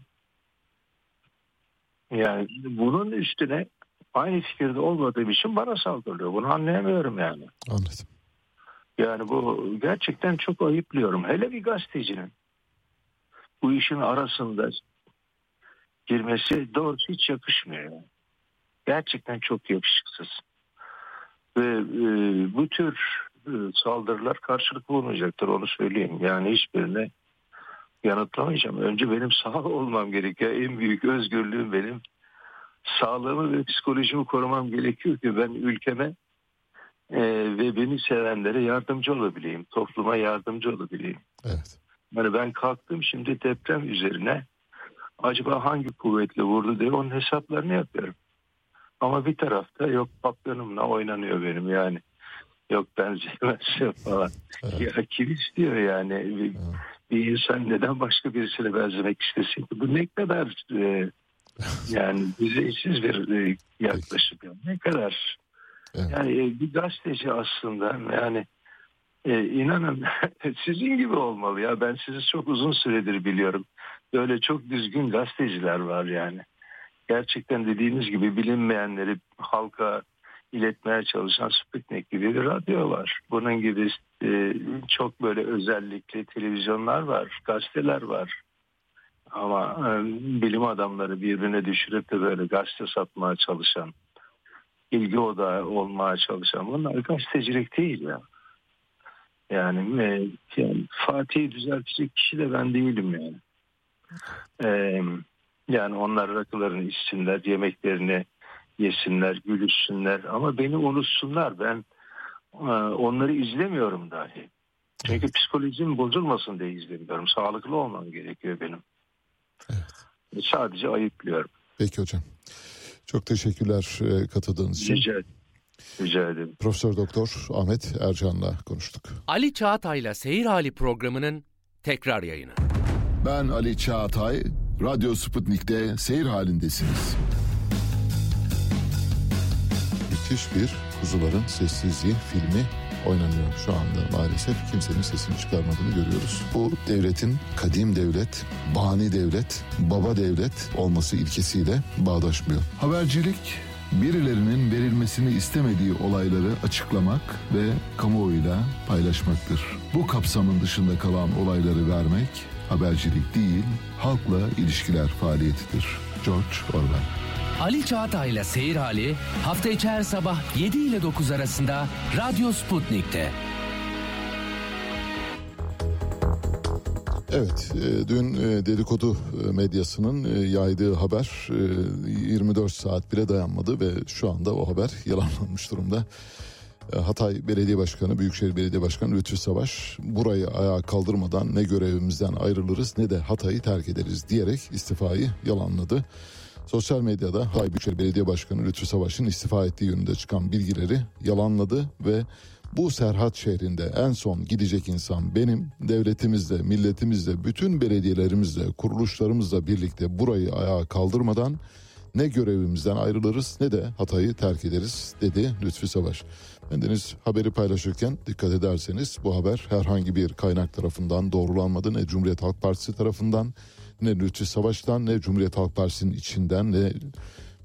Yani bunun üstüne aynı fikirde olmadığım için bana saldırıyor. Bunu anlayamıyorum yani.
Anladım.
Yani bu gerçekten çok ayıplıyorum. Hele bir gazetecinin bu işin arasında girmesi doğrusu hiç yakışmıyor. Yani. Gerçekten çok yakışıksız. Ve bu tür saldırılar karşılık bulmayacaktır, onu söyleyeyim. Yani hiçbirine yanıtlamayacağım. Önce benim sağ olmam gerekiyor. En büyük özgürlüğüm benim. Sağlığımı ve psikolojimi korumam gerekiyor ki ben ülkeme ve beni sevenlere yardımcı olabileyim. Topluma yardımcı olabileyim.
Evet.
Yani ben kalktım şimdi deprem üzerine acaba hangi kuvvetle vurdu diye onun hesaplarını yapıyorum. Ama bir tarafta yok papyonumla oynanıyor benim yani. Yok benzemezse falan. Evet. Ya kim istiyor yani? Bir insan neden başka birisiyle benzemek istesin? Bu ne kadar yani düzeysiz bir yaklaşım. Yani. Ne kadar evet. Yani bir gazeteci aslında yani inanın sizin gibi olmalı ya. Ben sizi çok uzun süredir biliyorum. Böyle çok düzgün gazeteciler var yani. Gerçekten dediğiniz gibi bilinmeyenleri halka iletmeye çalışan Sputnik gibi bir radyo var. Bunun gibi çok böyle özellikle televizyonlar var, gazeteler var. Ama bilim adamları birbirine düşürüp de böyle gazete satmaya çalışan, ilgi odağı olmaya çalışan, bunlar gazetecilik değil ya. Yani Fatih'i düzeltecek kişi de ben değilim yani. Yani onlar rakılarını içsinler, yemeklerini yesinler, gülüşsünler ama beni unutsunlar. Ben onları izlemiyorum dahi. Çünkü psikolojim bozulmasın diye izlemiyorum. Sağlıklı olmam gerekiyor benim. Evet. Sadece ayıplıyorum.
Peki hocam. Çok teşekkürler katıldığınız için.
Rica ederim.
Profesör Doktor Ahmet Ercan'la konuştuk.
Ali Çağatay'la Seyir Hali programının tekrar yayını.
Ben Ali Çağatay, Radyo Sputnik'te seyir halindesiniz.
Müthiş bir Kuzuların Sessizliği filmi oynanıyor şu anda maalesef. Kimsenin sesini çıkarmadığını görüyoruz. Bu devletin kadim devlet, bani devlet, baba devlet olması ilkesiyle bağdaşmıyor.
Habercilik, birilerinin verilmesini istemediği olayları açıklamak ve kamuoyuyla paylaşmaktır. Bu kapsamın dışında kalan olayları vermek habercilik değil, halkla ilişkiler faaliyetidir. George Orwell.
Ali Çağatay'la Seyir Hali hafta içi her sabah 7 ile 9 arasında Radyo Sputnik'te.
Evet, dün dedikodu medyasının yaydığı haber 24 saat bile dayanmadı ve şu anda o haber yalanlanmış durumda. Hatay Belediye Başkanı, Büyükşehir Belediye Başkanı Lütfü Savaş, burayı ayağa kaldırmadan ne görevimizden ayrılırız ne de Hatay'ı terk ederiz diyerek istifayı yalanladı. Sosyal medyada Hatay Büyükşehir Belediye Başkanı Lütfü Savaş'ın istifa ettiği yönünde çıkan bilgileri yalanladı ve bu Serhat şehrinde en son gidecek insan benim, devletimizle, milletimizle, bütün belediyelerimizle, kuruluşlarımızla birlikte burayı ayağa kaldırmadan ne görevimizden ayrılırız ne de Hatay'ı terk ederiz dedi Lütfü Savaş. Bendeniz haberi paylaşırken dikkat ederseniz bu haber herhangi bir kaynak tarafından doğrulanmadı. Ne Cumhuriyet Halk Partisi tarafından, ne Lütfü Savaş'tan, ne Cumhuriyet Halk Partisi'nin içinden, ne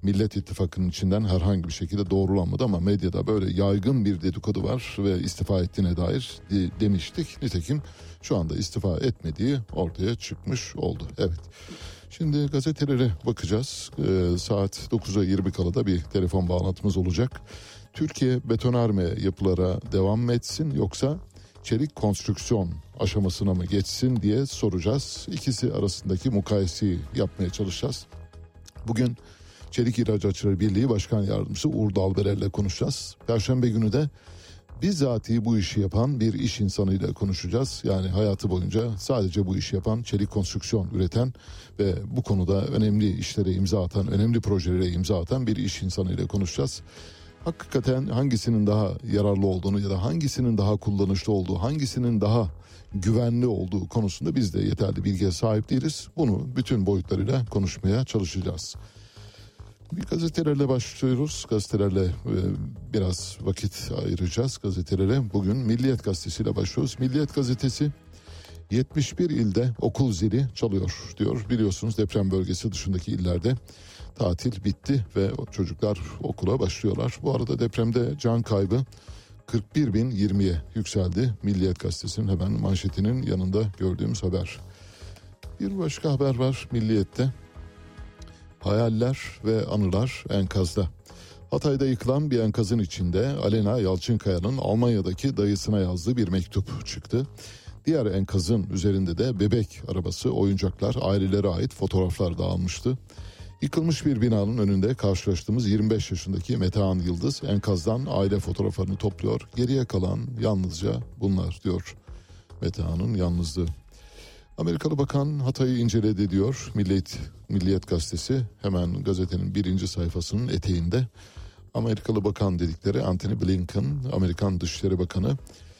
Millet İttifakı'nın içinden herhangi bir şekilde doğrulanmadı ama medyada böyle yaygın bir dedikodu var ve istifa ettiğine dair demiştik. Nitekim şu anda istifa etmediği ortaya çıkmış oldu. Evet. Şimdi gazetelere bakacağız. Saat 9'a 20 kala da bir telefon bağlantımız olacak. Türkiye betonarme yapılara devam mı etsin yoksa çelik konstrüksiyon aşamasına mı geçsin diye soracağız. İkisi arasındaki mukayeseyi yapmaya çalışacağız. Bugün Çelik İhracatçıları Birliği Başkan Yardımcısı Uğur Dalberer'le konuşacağız. Perşembe günü de bizzatihi bu işi yapan bir iş insanıyla konuşacağız. Yani hayatı boyunca sadece bu işi yapan, çelik konstrüksiyon üreten ve bu konuda önemli işlere imza atan, önemli projelere imza atan bir iş insanıyla konuşacağız. Hakikaten hangisinin daha yararlı olduğunu ya da hangisinin daha kullanışlı olduğu, hangisinin daha güvenli olduğu konusunda biz de yeterli bilgiye sahip değiliz. Bunu bütün boyutlarıyla konuşmaya çalışacağız. Bir gazetelerle başlıyoruz. Gazetelerle biraz vakit ayıracağız gazetelere. Bugün Milliyet Gazetesi'yle başlıyoruz. Milliyet Gazetesi 71 ilde okul zili çalıyor diyor. Biliyorsunuz deprem bölgesi dışındaki illerde tatil bitti ve çocuklar okula başlıyorlar. Bu arada depremde can kaybı 41.020'ye yükseldi. Milliyet Gazetesi'nin hemen manşetinin yanında gördüğümüz haber. Bir başka haber var Milliyet'te. Hayaller ve anılar enkazda. Hatay'da yıkılan bir enkazın içinde Alena Yalçınkaya'nın Almanya'daki dayısına yazdığı bir mektup çıktı. Diğer enkazın üzerinde de bebek arabası, oyuncaklar, ailelere ait fotoğraflar dağılmıştı. Yıkılmış bir binanın önünde karşılaştığımız 25 yaşındaki Metehan Yıldız enkazdan aile fotoğraflarını topluyor. Geriye kalan yalnızca bunlar diyor Metehan'ın yalnızlığı. Amerikalı bakan Hatay'ı inceledi diyor Milliyet Gazetesi. Hemen gazetenin birinci sayfasının eteğinde. Amerikalı bakan dedikleri Antony Blinken, Amerikan Dışişleri Bakanı.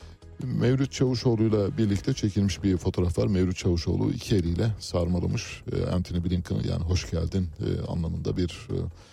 Mevlüt Çavuşoğlu'yla birlikte çekilmiş bir fotoğraf var. Mevlüt Çavuşoğlu iki eliyle sarmalamış Antony Blinken'ı, yani hoş geldin anlamında bir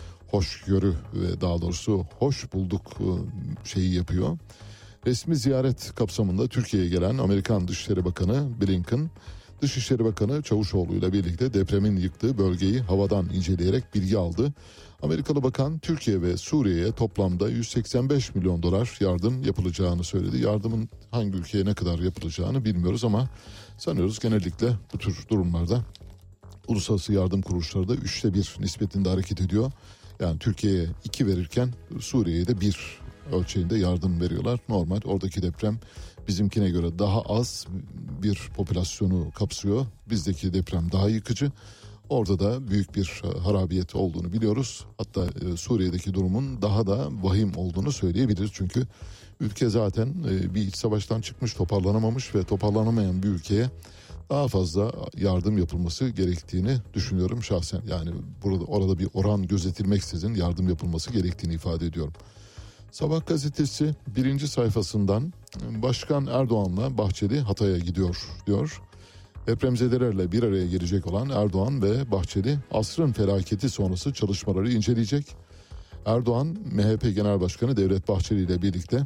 hoşgörü ve daha doğrusu hoş bulduk şeyi yapıyor. Resmi ziyaret kapsamında Türkiye'ye gelen Amerikan Dışişleri Bakanı Blinken, Dışişleri Bakanı Çavuşoğlu ile birlikte depremin yıktığı bölgeyi havadan inceleyerek bilgi aldı. Amerikalı bakan Türkiye ve Suriye'ye toplamda 185 milyon dolar yardım yapılacağını söyledi. Yardımın hangi ülkeye ne kadar yapılacağını bilmiyoruz ama sanıyoruz genellikle bu tür durumlarda uluslararası yardım kuruluşları da 1/3 nispetinde hareket ediyor. Yani Türkiye'ye 2 verirken Suriye'ye de 1 ölçeğinde yardım veriyorlar. Normal oradaki deprem bizimkine göre daha az bir popülasyonu kapsıyor. Bizdeki deprem daha yıkıcı. Orada da büyük bir harabiyet olduğunu biliyoruz. Hatta Suriye'deki durumun daha da vahim olduğunu söyleyebiliriz. Çünkü ülke zaten bir iç savaştan çıkmış, toparlanamamış ve toparlanamayan bir ülkeye daha fazla yardım yapılması gerektiğini düşünüyorum şahsen. Yani orada bir oran gözetilmeksizin yardım yapılması gerektiğini ifade ediyorum. Sabah gazetesi birinci sayfasından Başkan Erdoğan'la Bahçeli Hatay'a gidiyor diyor. Depremzedelerle bir araya gelecek olan Erdoğan ve Bahçeli asrın felaketi sonrası çalışmaları inceleyecek. Erdoğan, MHP Genel Başkanı Devlet Bahçeli ile birlikte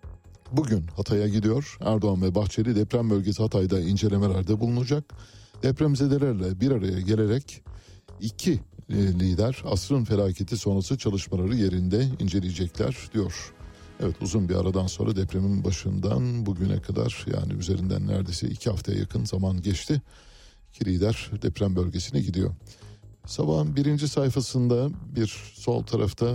bugün Hatay'a gidiyor. Erdoğan ve Bahçeli deprem bölgesi Hatay'da incelemelerde bulunacak. Depremzedelerle bir araya gelerek iki lider asrın felaketi sonrası çalışmaları yerinde inceleyecekler diyor. Evet, uzun bir aradan sonra depremin başından bugüne kadar, yani üzerinden neredeyse 2 haftaya yakın zaman geçti. İki lider deprem bölgesine gidiyor. Sabahın birinci sayfasında bir sol tarafta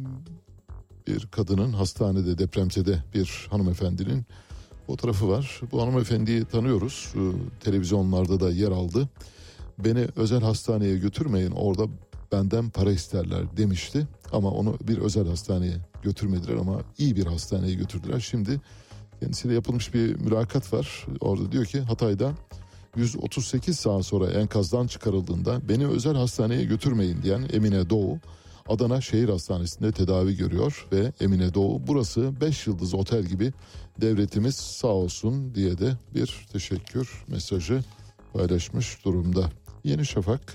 bir kadının hastanede depremzede bir hanımefendinin fotoğrafı var. Bu hanımefendiyi tanıyoruz. Televizyonlarda da yer aldı. Beni özel hastaneye götürmeyin, orada benden para isterler demişti. Ama onu bir özel hastaneye götürmediler ama iyi bir hastaneye götürdüler. Şimdi kendisiyle yapılmış bir mülakat var. Orada diyor ki Hatay'da 138 saat sonra enkazdan çıkarıldığında beni özel hastaneye götürmeyin diyen Emine Doğu Adana Şehir Hastanesi'nde tedavi görüyor ve Emine Doğu burası 5 yıldız otel gibi, devletimiz sağ olsun diye de bir teşekkür mesajı paylaşmış durumda. Yeni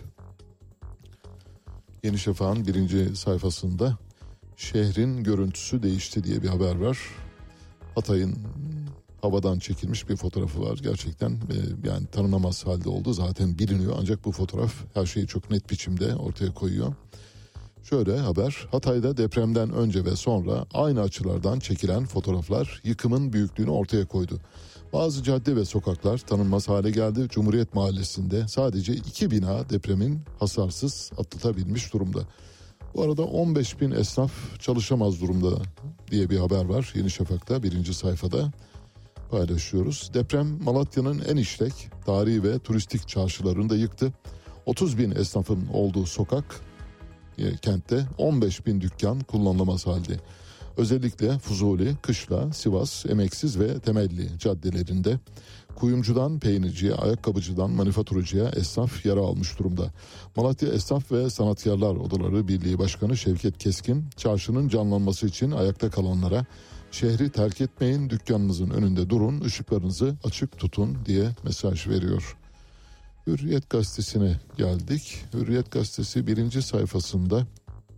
Şafak'ın birinci sayfasında şehrin görüntüsü değişti diye bir haber var. Hatay'ın havadan çekilmiş bir fotoğrafı var. Gerçekten yani tanınamaz halde oldu. Zaten biliniyor ancak bu fotoğraf her şeyi çok net biçimde ortaya koyuyor. Şöyle haber: Hatay'da depremden önce ve sonra aynı açılardan çekilen fotoğraflar yıkımın büyüklüğünü ortaya koydu. Bazı cadde ve sokaklar tanınmaz hale geldi. Cumhuriyet Mahallesi'nde sadece 2 bina depremin hasarsız atlatabilmiş durumda. Bu arada 15 bin esnaf çalışamaz durumda diye bir haber var. Yeni Şafak'ta 1. sayfada paylaşıyoruz. Deprem Malatya'nın en işlek, tarihi ve turistik çarşılarını da yıktı. 30 bin esnafın olduğu sokak, kentte 15 bin dükkan kullanılamaz halde. Özellikle Fuzuli, Kışla, Sivas, Emeksiz ve Temelli caddelerinde kuyumcudan peynirciye, ayakkabıcıdan manifaturacıya esnaf yara almış durumda. Malatya Esnaf ve Sanatkarlar Odaları Birliği Başkanı Şevket Keskin, çarşının canlanması için ayakta kalanlara "Şehri terk etmeyin, dükkanınızın önünde durun, ışıklarınızı açık tutun" diye mesaj veriyor. Hürriyet Gazetesi'ne geldik. Hürriyet Gazetesi 1. sayfasında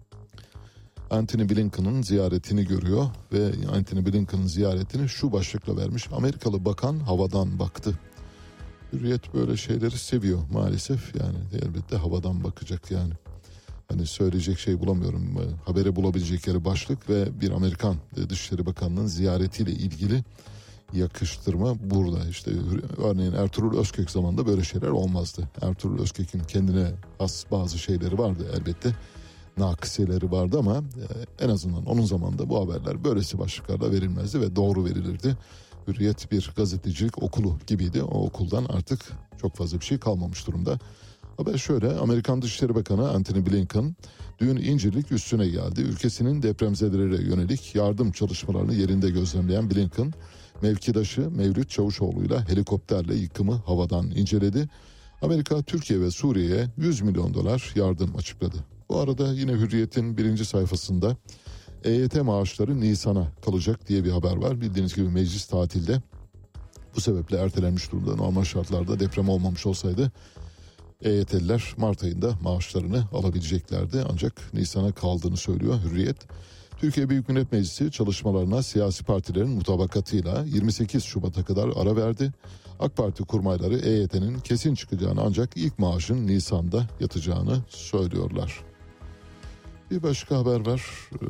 Antony Blinken'ın ziyaretini görüyor ve Antony Blinken'ın ziyaretini şu başlıkla vermiş: Amerikalı bakan havadan baktı. Hürriyet böyle şeyleri seviyor maalesef, yani elbette havadan bakacak yani. Hani söyleyecek şey bulamıyorum. Habere bulabilecek yeri başlık ve bir Amerikan Dışişleri Bakanı'nın ziyaretiyle ilgili yakıştırma burada. İşte örneğin Ertuğrul Özkök zamanında böyle şeyler olmazdı. Ertuğrul Özkök'ün kendine has bazı şeyleri vardı elbette. Nakıseleri vardı ama en azından onun zamanında bu haberler böylesi başlıklarla verilmezdi ve doğru verilirdi. Hürriyet bir gazetecilik okulu gibiydi. O okuldan artık çok fazla bir şey kalmamış durumda. Haber şöyle: Amerikan Dışişleri Bakanı Antony Blinken dün İncirlik üssüne geldi. Ülkesinin depremzedelere yönelik yardım çalışmalarını yerinde gözlemleyen Blinken, mevkidaşı Mevlüt Çavuşoğlu'yla helikopterle yıkımı havadan inceledi. Amerika, Türkiye ve Suriye'ye $100 milyon yardım açıkladı. Bu arada yine Hürriyet'in 1. sayfasında EYT maaşları Nisan'a kalacak diye bir haber var. Bildiğiniz gibi meclis tatilde. Bu sebeple ertelenmiş durumda. Normal şartlarda deprem olmamış olsaydı EYT'liler Mart ayında maaşlarını alabileceklerdi. Ancak Nisan'a kaldığını söylüyor Hürriyet. Türkiye Büyük Millet Meclisi çalışmalarına siyasi partilerin mutabakatıyla 28 Şubat'a kadar ara verdi. AK Parti kurmayları EYT'nin kesin çıkacağını, ancak ilk maaşın Nisan'da yatacağını söylüyorlar. Bir başka haber var.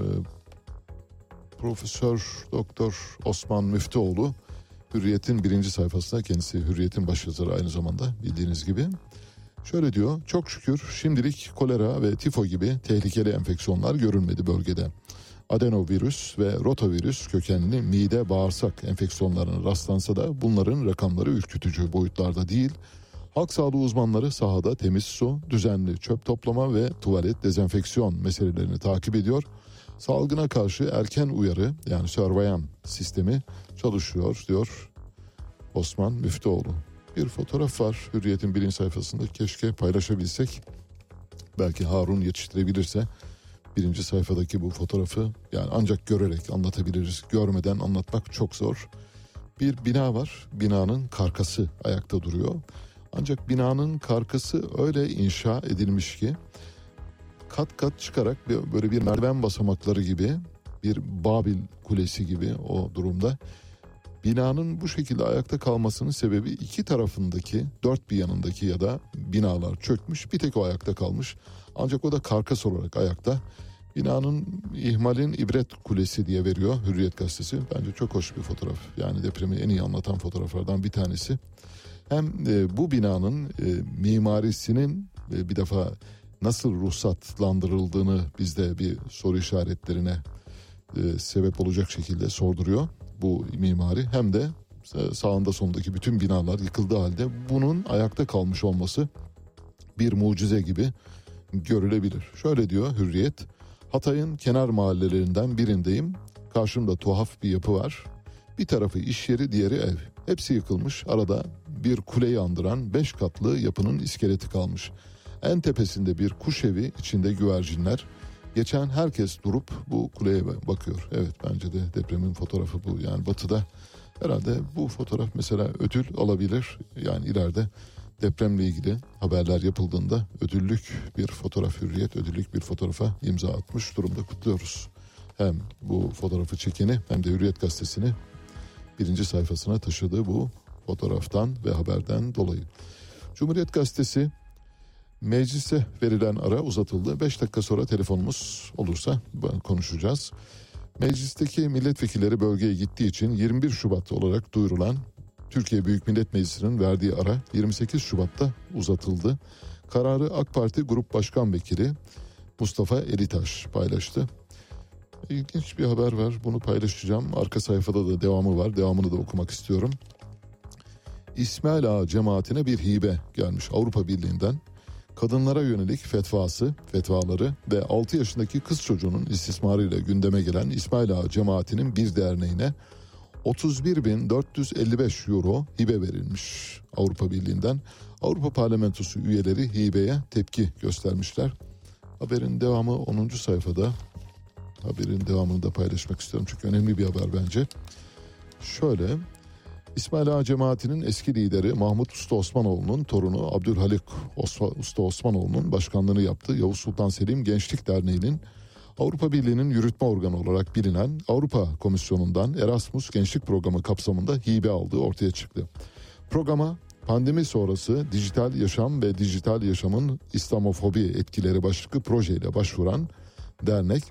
Profesör Doktor Osman Müftüoğlu Hürriyet'in 1. sayfasında, kendisi Hürriyet'in başyazarı aynı zamanda bildiğiniz gibi. Şöyle diyor: çok şükür şimdilik kolera ve tifo gibi tehlikeli enfeksiyonlar görülmedi bölgede. Adenovirüs ve rotavirüs kökenli mide bağırsak enfeksiyonlarına rastlansa da bunların rakamları ürkütücü boyutlarda değil. Halk sağlığı uzmanları sahada temiz su, düzenli çöp toplama ve tuvalet dezenfeksiyon meselelerini takip ediyor. Salgına karşı erken uyarı, yani surveillance sistemi çalışıyor diyor Osman Müftüoğlu. Bir fotoğraf var Hürriyet'in 1. sayfasında, keşke paylaşabilsek. Belki Harun yetiştirebilirse 1. sayfadaki bu fotoğrafı yani ancak görerek anlatabiliriz. Görmeden anlatmak çok zor. Bir bina var. Binanın karkası ayakta duruyor. Ancak binanın karkası öyle inşa edilmiş ki kat kat çıkarak böyle bir merdiven basamakları gibi, bir Babil Kulesi gibi o durumda. Binanın bu şekilde ayakta kalmasının sebebi iki tarafındaki, dört bir yanındaki ya da binalar çökmüş, bir tek o ayakta kalmış. Ancak o da karkas olarak ayakta. Binanın ihmalin ibret kulesi diye veriyor Hürriyet gazetesi. Bence çok hoş bir fotoğraf. Yani depremi en iyi anlatan fotoğraflardan bir tanesi. Hem bu binanın mimarisinin bir defa nasıl ruhsatlandırıldığını bizde bir soru işaretlerine sebep olacak şekilde sorduruyor bu mimari. Hem de sağında solundaki bütün binalar yıkıldığı halde bunun ayakta kalmış olması bir mucize gibi görülebilir. Şöyle diyor Hürriyet: Hatay'ın kenar mahallelerinden birindeyim. Karşımda tuhaf bir yapı var. Bir tarafı iş yeri, diğeri ev. Hepsi yıkılmış. Arada bir kuleyi andıran 5 katlı yapının iskeleti kalmış. En tepesinde bir kuş evi, içinde güvercinler. Geçen herkes durup bu kuleye bakıyor. Evet, bence de depremin fotoğrafı bu. Yani batıda herhalde bu fotoğraf mesela ödül alabilir. Yani ileride depremle ilgili haberler yapıldığında ödüllük bir fotoğraf, Hürriyet ödüllük bir fotoğrafa imza atmış durumda. Kutluyoruz hem bu fotoğrafı çekeni hem de Hürriyet gazetesini birinci sayfasına taşıdığı bu fotoğraftan ve haberden dolayı. Cumhuriyet gazetesi Meclise verilen ara uzatıldı. 5 dakika sonra telefonumuz olursa konuşacağız. Meclisteki milletvekilleri bölgeye gittiği için 21 Şubat olarak duyurulan Türkiye Büyük Millet Meclisi'nin verdiği ara 28 Şubat'ta uzatıldı. Kararı AK Parti Grup Başkan Vekili Mustafa Elitaş paylaştı. İlginç bir haber var, bunu paylaşacağım. Arka sayfada da devamı var, devamını da okumak istiyorum. İsmail Ağa cemaatine bir hibe gelmiş Avrupa Birliği'nden. Kadınlara yönelik fetvaları ve 6 yaşındaki kız çocuğunun istismarıyla gündeme gelen İsmail Ağa cemaatinin bir derneğine 31.455 euro hibe verilmiş Avrupa Birliği'nden. Avrupa Parlamentosu üyeleri hibeye tepki göstermişler. Haberin devamı 10. sayfada. Haberin devamını da paylaşmak istiyorum çünkü önemli bir haber bence. Şöyle, İsmail Ağa cemaatinin eski lideri Mahmut Usta Osmanoğlu'nun torunu Abdülhalik Usta Osmanoğlu'nun başkanlığını yaptığı Yavuz Sultan Selim Gençlik Derneği'nin Avrupa Birliği'nin yürütme organı olarak bilinen Avrupa Komisyonu'ndan Erasmus Gençlik Programı kapsamında hibe aldığı ortaya çıktı. Programa pandemi sonrası dijital yaşam ve dijital yaşamın İslamofobi etkileri başlıklı projeyle başvuran dernek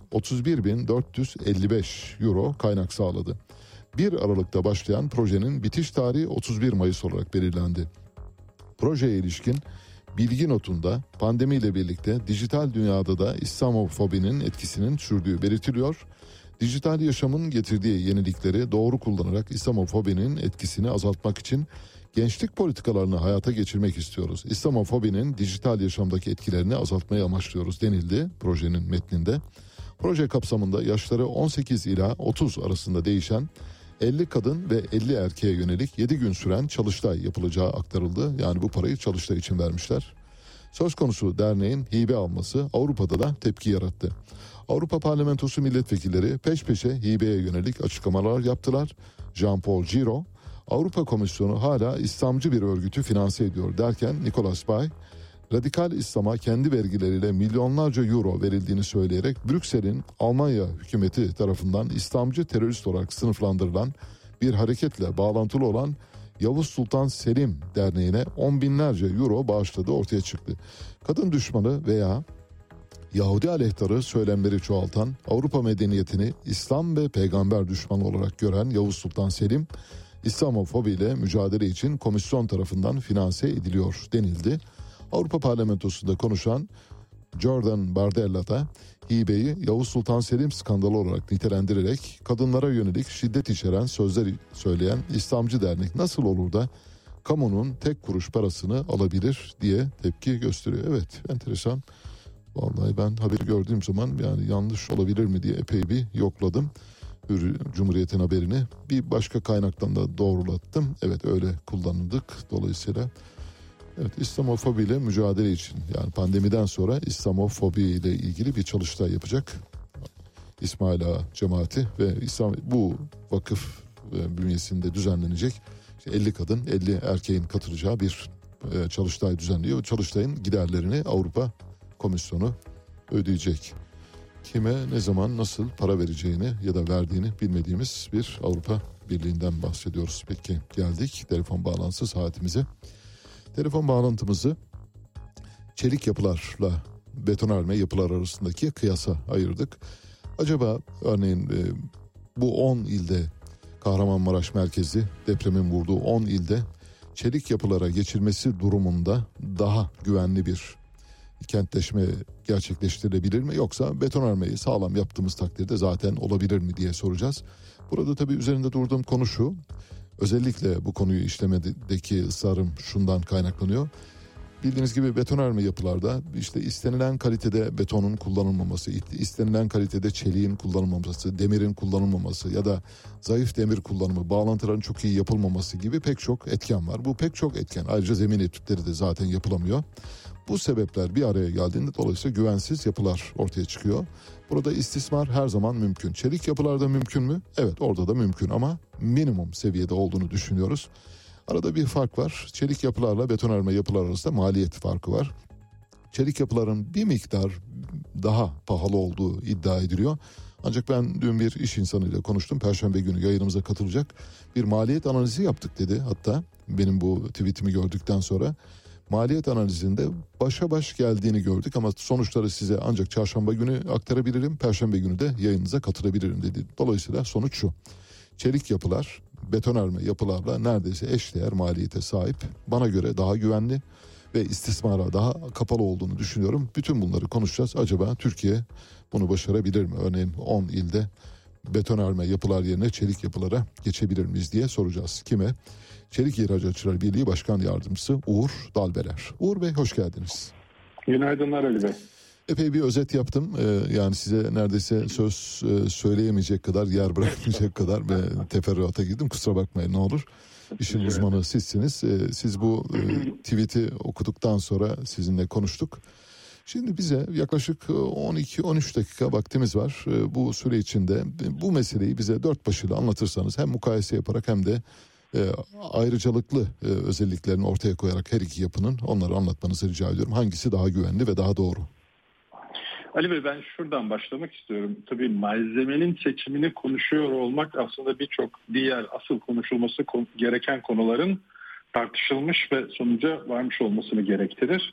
31.455 euro kaynak sağladı. 1 Aralık'ta başlayan projenin bitiş tarihi 31 Mayıs olarak belirlendi. Projeye ilişkin bilgi notunda pandemiyle birlikte dijital dünyada da İslamofobinin etkisinin sürdüğü belirtiliyor. Dijital yaşamın getirdiği yenilikleri doğru kullanarak İslamofobinin etkisini azaltmak için gençlik politikalarını hayata geçirmek istiyoruz. İslamofobinin dijital yaşamdaki etkilerini azaltmayı amaçlıyoruz denildi projenin metninde. Proje kapsamında yaşları 18 ila 30 arasında değişen 50 kadın ve 50 erkeğe yönelik 7 gün süren çalıştay yapılacağı aktarıldı. Yani bu parayı çalıştay için vermişler. Söz konusu derneğin hibe alması Avrupa'da da tepki yarattı. Avrupa Parlamentosu milletvekilleri peş peşe hibeye yönelik açıklamalar yaptılar. Jean-Paul Giro, Avrupa Komisyonu hala İslamcı bir örgütü finanse ediyor derken Nicolas Bay, radikal İslam'a kendi vergileriyle milyonlarca euro verildiğini söyleyerek Brüksel'in Almanya hükümeti tarafından İslamcı terörist olarak sınıflandırılan bir hareketle bağlantılı olan Yavuz Sultan Selim Derneği'ne 10 binlerce euro bağışladığı ortaya çıktı. Kadın düşmanı veya Yahudi aleyhtarı söylemleri çoğaltan, Avrupa medeniyetini İslam ve peygamber düşmanı olarak gören Yavuz Sultan Selim, İslamofobi ile mücadele için komisyon tarafından finanse ediliyor denildi. Avrupa Parlamentosu'nda konuşan Jordan Bardella da hibeyi Yavuz Sultan Selim skandalı olarak nitelendirerek kadınlara yönelik şiddet içeren sözler söyleyen İslamcı dernek nasıl olur da kamunun tek kuruş parasını alabilir diye tepki gösteriyor. Evet, enteresan. Vallahi ben haberi gördüğüm zaman yani yanlış olabilir mi diye epey bir yokladım. Cumhuriyet'in haberini bir başka kaynaktan da doğrulattım. Evet, öyle kullanıldık. Dolayısıyla evet, İslamofobiyle mücadele için yani pandemiden sonra İslamofobi ile ilgili bir çalıştay yapacak İsmail Ağa cemaati ve bu vakıf bünyesinde düzenlenecek 50 kadın 50 erkeğin katılacağı bir çalıştay düzenliyor. Çalıştayın giderlerini Avrupa Komisyonu ödeyecek. Kime, ne zaman, nasıl para vereceğini ya da verdiğini bilmediğimiz bir Avrupa Birliği'nden bahsediyoruz. Peki, geldik telefon bağlantısı saatimize. Telefon bağlantımızı çelik yapılarla betonarme yapılar arasındaki kıyasa ayırdık. Acaba örneğin bu 10 ilde, Kahramanmaraş merkezi depremin vurduğu 10 ilde çelik yapılara geçilmesi durumunda daha güvenli bir kentleşme gerçekleştirilebilir mi? Yoksa betonarmeyi sağlam yaptığımız takdirde zaten olabilir mi diye soracağız. Burada tabii üzerinde durduğum konu şu. Özellikle bu konuyu işlemedeki ısrarım şundan kaynaklanıyor. Bildiğiniz gibi betonarme yapılarda işte istenilen kalitede betonun kullanılmaması, istenilen kalitede çeliğin kullanılmaması, demirin kullanılmaması ya da zayıf demir kullanımı, bağlantıların çok iyi yapılmaması gibi pek çok etken var. Bu pek çok etken, ayrıca zemin etütleri de zaten yapılamıyor. Bu sebepler bir araya geldiğinde dolayısıyla güvensiz yapılar ortaya çıkıyor. Burada istismar her zaman mümkün. Çelik yapılarda mümkün mü? Evet, orada da mümkün ama minimum seviyede olduğunu düşünüyoruz. Arada bir fark var. Çelik yapılarla betonarme yapılar arasında maliyet farkı var. Çelik yapıların bir miktar daha pahalı olduğu iddia ediliyor. Ancak ben dün bir iş insanıyla konuştum. Perşembe günü yayınımıza katılacak. Bir maliyet analizi yaptık dedi. Hatta benim bu tweetimi gördükten sonra maliyet analizinde başa baş geldiğini gördük ama sonuçları size ancak çarşamba günü aktarabilirim, perşembe günü de yayınınıza katılabilirim dedi. Dolayısıyla sonuç şu: çelik yapılar betonarme yapılarla neredeyse eşdeğer maliyete sahip, bana göre daha güvenli ve istismara daha kapalı olduğunu düşünüyorum. Bütün bunları konuşacağız. Acaba Türkiye bunu başarabilir mi? Örneğin 10 ilde betonarme yapılar yerine çelik yapılara geçebilir miyiz diye soracağız. Kime? Çelik İhracatçılar Birliği Başkan Yardımcısı Uğur Dalberer. Uğur Bey, hoş geldiniz.
Günaydınlar Ali Bey.
Epey bir özet yaptım. Yani size neredeyse söz söyleyemeyecek kadar, yer bırakmayacak kadar ve teferruata girdim. Kusura bakmayın ne olur. İşin uzmanı sizsiniz. Siz bu tweet'i okuduktan sonra sizinle konuştuk. Şimdi bize yaklaşık 12-13 dakika vaktimiz var. Bu süre içinde bu meseleyi bize dört başıyla anlatırsanız, hem mukayese yaparak hem de ayrıcalıklı özelliklerini ortaya koyarak her iki yapının, onları anlatmanızı rica ediyorum. Hangisi daha güvenli ve daha doğru?
Ali Bey, ben şuradan başlamak istiyorum. Tabii malzemenin seçimini konuşuyor olmak aslında birçok diğer asıl konuşulması gereken konuların tartışılmış ve sonuca varmış olmasını gerektirir.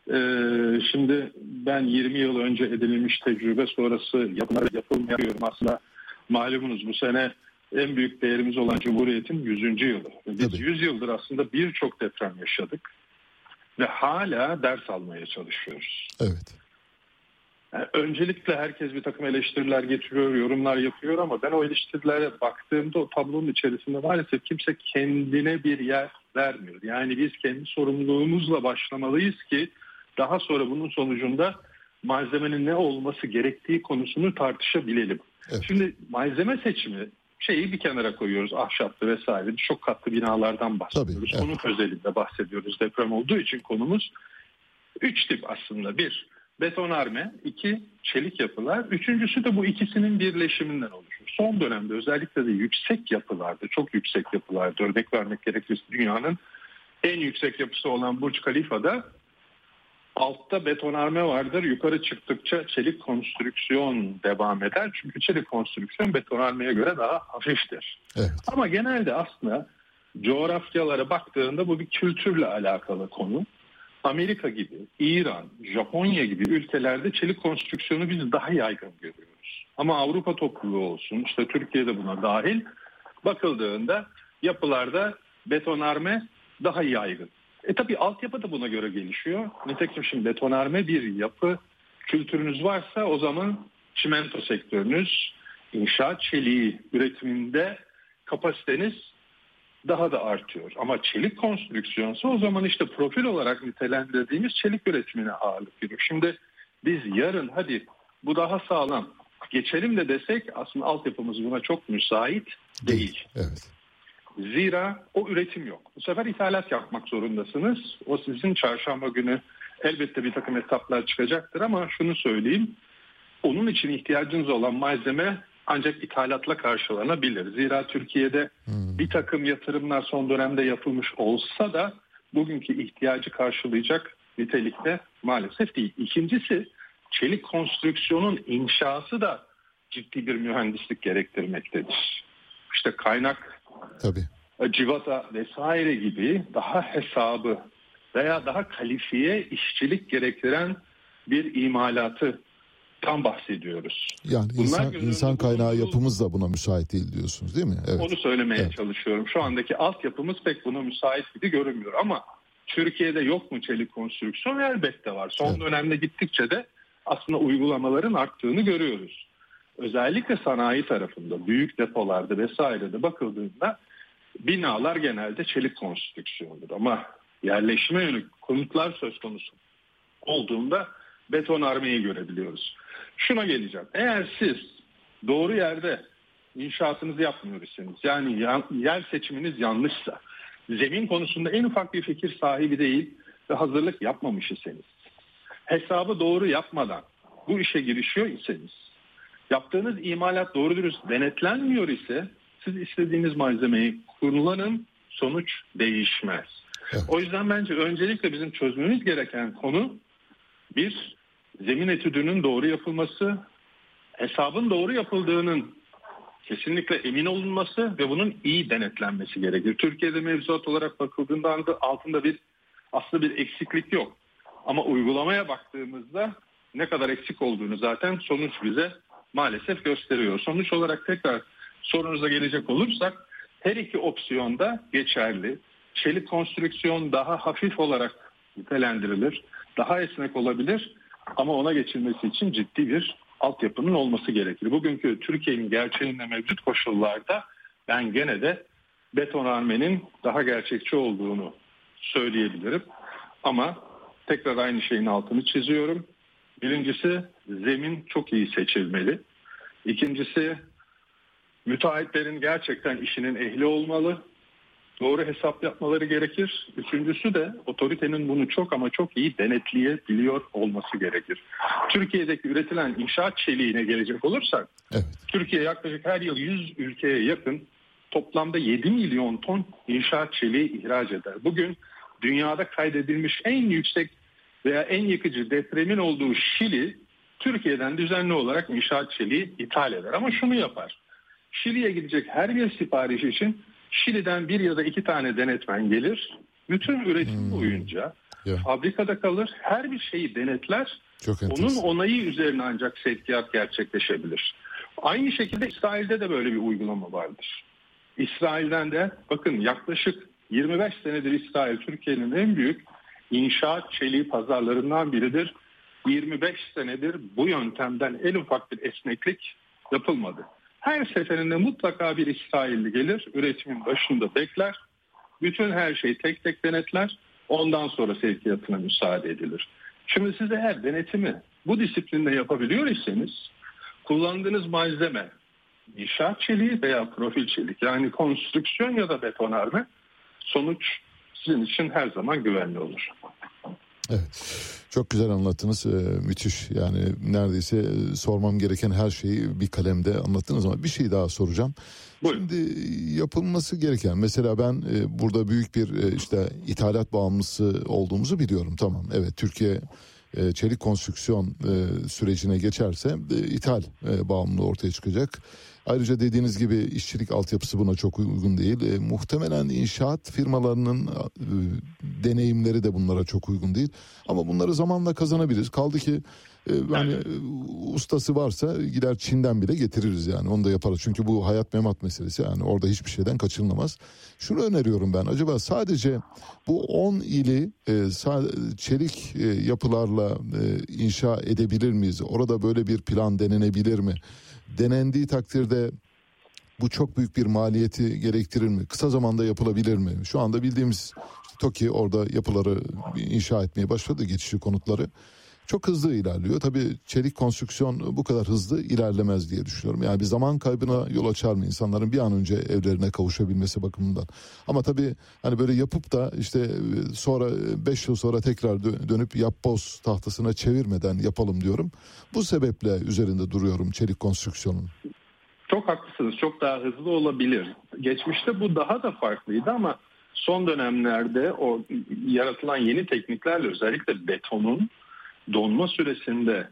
Şimdi ben 20 yıl önce edinilmiş tecrübe sonrası yapılmıyorum. Aslında malumunuz bu sene en büyük değerimiz olan Cumhuriyet'in 100. yılı. Biz 100 yıldır aslında birçok deprem yaşadık ve hala ders almaya çalışıyoruz.
Evet.
Yani öncelikle herkes bir takım eleştiriler getiriyor, yorumlar yapıyor ama ben o eleştirilere baktığımda o tablonun içerisinde maalesef kimse kendine bir yer vermiyor. Yani biz kendi sorumluluğumuzla başlamalıyız ki daha sonra bunun sonucunda malzemenin ne olması gerektiği konusunu tartışabilelim. Evet. Şimdi malzeme seçimi şeyi bir kenara koyuyoruz, ahşaplı vesaire, çok katlı binalardan bahsediyoruz. Tabii, evet. Onun özelinde bahsediyoruz, deprem olduğu için konumuz. 3 tip aslında: 1, betonarme; 2, çelik yapılar; 3.'sü de bu ikisinin birleşiminden oluşur. Son dönemde özellikle de yüksek yapılarda, çok yüksek yapılarda, örnek vermek gerekirse dünyanın en yüksek yapısı olan Burj Khalifa'da altta betonarme vardır. Yukarı çıktıkça çelik konstrüksiyon devam eder. Çünkü çelik konstrüksiyon betonarmeye göre daha hafiftir. Evet. Ama genelde aslında coğrafyalara baktığında bu bir kültürle alakalı konu. Amerika gibi, İran, Japonya gibi ülkelerde çelik konstrüksiyonu biz daha yaygın görüyoruz. Ama Avrupa topluluğu olsun, işte Türkiye'de buna dahil, bakıldığında yapılarda betonarme daha yaygın. Tabii altyapı da buna göre gelişiyor. Nitekim şimdi betonarme bir yapı kültürünüz varsa o zaman çimento sektörünüz, inşaat çeliği üretiminde kapasiteniz daha da artıyor. Ama çelik konstrüksiyonsa o zaman işte profil olarak nitelendirdiğimiz çelik üretimine ağırlık veriyor. Şimdi biz yarın hadi bu daha sağlam geçelim de desek aslında altyapımız buna çok müsait değil. Evet. Zira o üretim yok. Bu sefer ithalat yapmak zorundasınız. O sizin çarşamba günü elbette bir takım etaplar çıkacaktır ama şunu söyleyeyim. Onun için ihtiyacınız olan malzeme ancak ithalatla karşılanabilir. Zira Türkiye'de bir takım yatırımlar son dönemde yapılmış olsa da bugünkü ihtiyacı karşılayacak nitelikte maalesef değil. İkincisi, çelik konstrüksiyonun inşası da ciddi bir mühendislik gerektirmektedir. İşte kaynak, tabii, civata vesaire gibi daha hesabı veya daha kalifiye işçilik gerektiren bir imalatı tam bahsediyoruz.
Yani insan kaynağı yapımız da buna müsait değil diyorsunuz değil mi? Evet.
Onu söylemeye çalışıyorum. Şu andaki altyapımız pek buna müsait gibi görünmüyor ama Türkiye'de yok mu çelik konstrüksiyon? Elbette var. Son dönemde gittikçe de aslında uygulamaların arttığını görüyoruz. Özellikle sanayi tarafında, büyük depolarda vesairede bakıldığında binalar genelde çelik konstrüksiyondur ama yerleşime yönelik konutlar söz konusu olduğunda betonarmeyi görebiliyoruz. Şuna geleceğim. Eğer siz doğru yerde inşaatınızı yapmıyor iseniz, yani yer seçiminiz yanlışsa, zemin konusunda en ufak bir fikir sahibi değil ve hazırlık yapmamış iseniz, hesabı doğru yapmadan bu işe girişiyor iseniz, yaptığınız imalat doğru dürüst denetlenmiyor ise siz istediğiniz malzemeyi kullanın, sonuç değişmez. Evet. O yüzden bence öncelikle bizim çözmemiz gereken konu bir, zemin etüdünün doğru yapılması, hesabın doğru yapıldığının kesinlikle emin olunması ve bunun iyi denetlenmesi gerekir. Türkiye'de mevzuat olarak bakıldığında altında bir aslında bir eksiklik yok. Ama uygulamaya baktığımızda ne kadar eksik olduğunu zaten sonuç bize maalesef gösteriyor. Sonuç olarak tekrar sorunuza gelecek olursak her iki opsiyon da geçerli. Çelik konstrüksiyon daha hafif olarak nitelendirilir, daha esnek olabilir ama ona geçilmesi için ciddi bir altyapının olması gerekir. Bugünkü Türkiye'nin gerçeğinde mevcut koşullarda ben gene de betonarmenin daha gerçekçi olduğunu söyleyebilirim. Ama tekrar aynı şeyin altını çiziyorum. Birincisi zemin çok iyi seçilmeli. İkincisi müteahhitlerin gerçekten işinin ehli olmalı. Doğru hesap yapmaları gerekir. Üçüncüsü de otoritenin bunu çok ama çok iyi denetleyebiliyor olması gerekir. Türkiye'deki üretilen inşaat çeliğine gelecek olursak, evet, Türkiye yaklaşık her yıl 100 ülkeye yakın toplamda 7 milyon ton inşaat çeliği ihraç eder. Bugün dünyada kaydedilmiş en yüksek veya en yıkıcı depremin olduğu Şili, Türkiye'den düzenli olarak inşaat çeliği ithal eder. Ama şunu yapar. Şili'ye gidecek her bir sipariş için Şili'den 1 ya da 2 tane denetmen gelir. Bütün üretim boyunca fabrikada kalır. Her bir şeyi denetler. Onun onayı üzerine ancak sevkiyat gerçekleşebilir. Aynı şekilde İsrail'de de böyle bir uygulama vardır. İsrail'den de bakın yaklaşık 25 senedir İsrail Türkiye'nin en büyük inşaat çeliği pazarlarından biridir. 25 senedir bu yöntemden en ufak bir esneklik yapılmadı. Her seferinde mutlaka bir İsrailli gelir, üretimin başında bekler. Bütün her şeyi tek tek denetler. Ondan sonra sevkiyatına müsaade edilir. Şimdi siz eğer denetimi bu disiplinde yapabiliyor iseniz kullandığınız malzeme inşaat çeliği veya profil çelik, yani konstrüksiyon ya da betonarme, sonuç sizin için her zaman güvenli olur.
Evet, çok güzel anlattınız, müthiş, yani neredeyse sormam gereken her şeyi bir kalemde anlattınız ama bir şey daha soracağım. Buyurun. Şimdi yapılması gereken, mesela ben burada büyük bir işte ithalat bağımlısı olduğumuzu biliyorum, tamam, evet, Türkiye çelik konstrüksiyon sürecine geçerse ithal bağımlılığı ortaya çıkacak. Ayrıca dediğiniz gibi işçilik altyapısı buna çok uygun değil. Muhtemelen inşaat firmalarının deneyimleri de bunlara çok uygun değil. Ama bunları zamanla kazanabiliriz. Kaldı ki hani ustası varsa gider Çin'den bile getiririz, yani onu da yaparız. Çünkü bu hayat memat meselesi, yani orada hiçbir şeyden kaçınılamaz. Şunu öneriyorum ben, acaba sadece bu 10 ili çelik yapılarla inşa edebilir miyiz? Orada böyle bir plan denenebilir mi? Denendiği takdirde bu çok büyük bir maliyeti gerektirir mi? Kısa zamanda yapılabilir mi? Şu anda bildiğimiz TOKİ orada yapıları inşa etmeye başladı, geçici konutları. Çok hızlı ilerliyor. Tabii çelik konstrüksiyon bu kadar hızlı ilerlemez diye düşünüyorum. Yani bir zaman kaybına yol açar mı insanların bir an önce evlerine kavuşabilmesi bakımından? Ama tabii hani böyle yapıp da işte sonra 5 yıl sonra tekrar dönüp yapboz tahtasına çevirmeden yapalım diyorum. Bu sebeple üzerinde duruyorum çelik konstrüksiyonun.
Çok haklısınız. Çok daha hızlı olabilir. Geçmişte bu daha da farklıydı ama son dönemlerde o yaratılan yeni tekniklerle özellikle betonun donma süresinde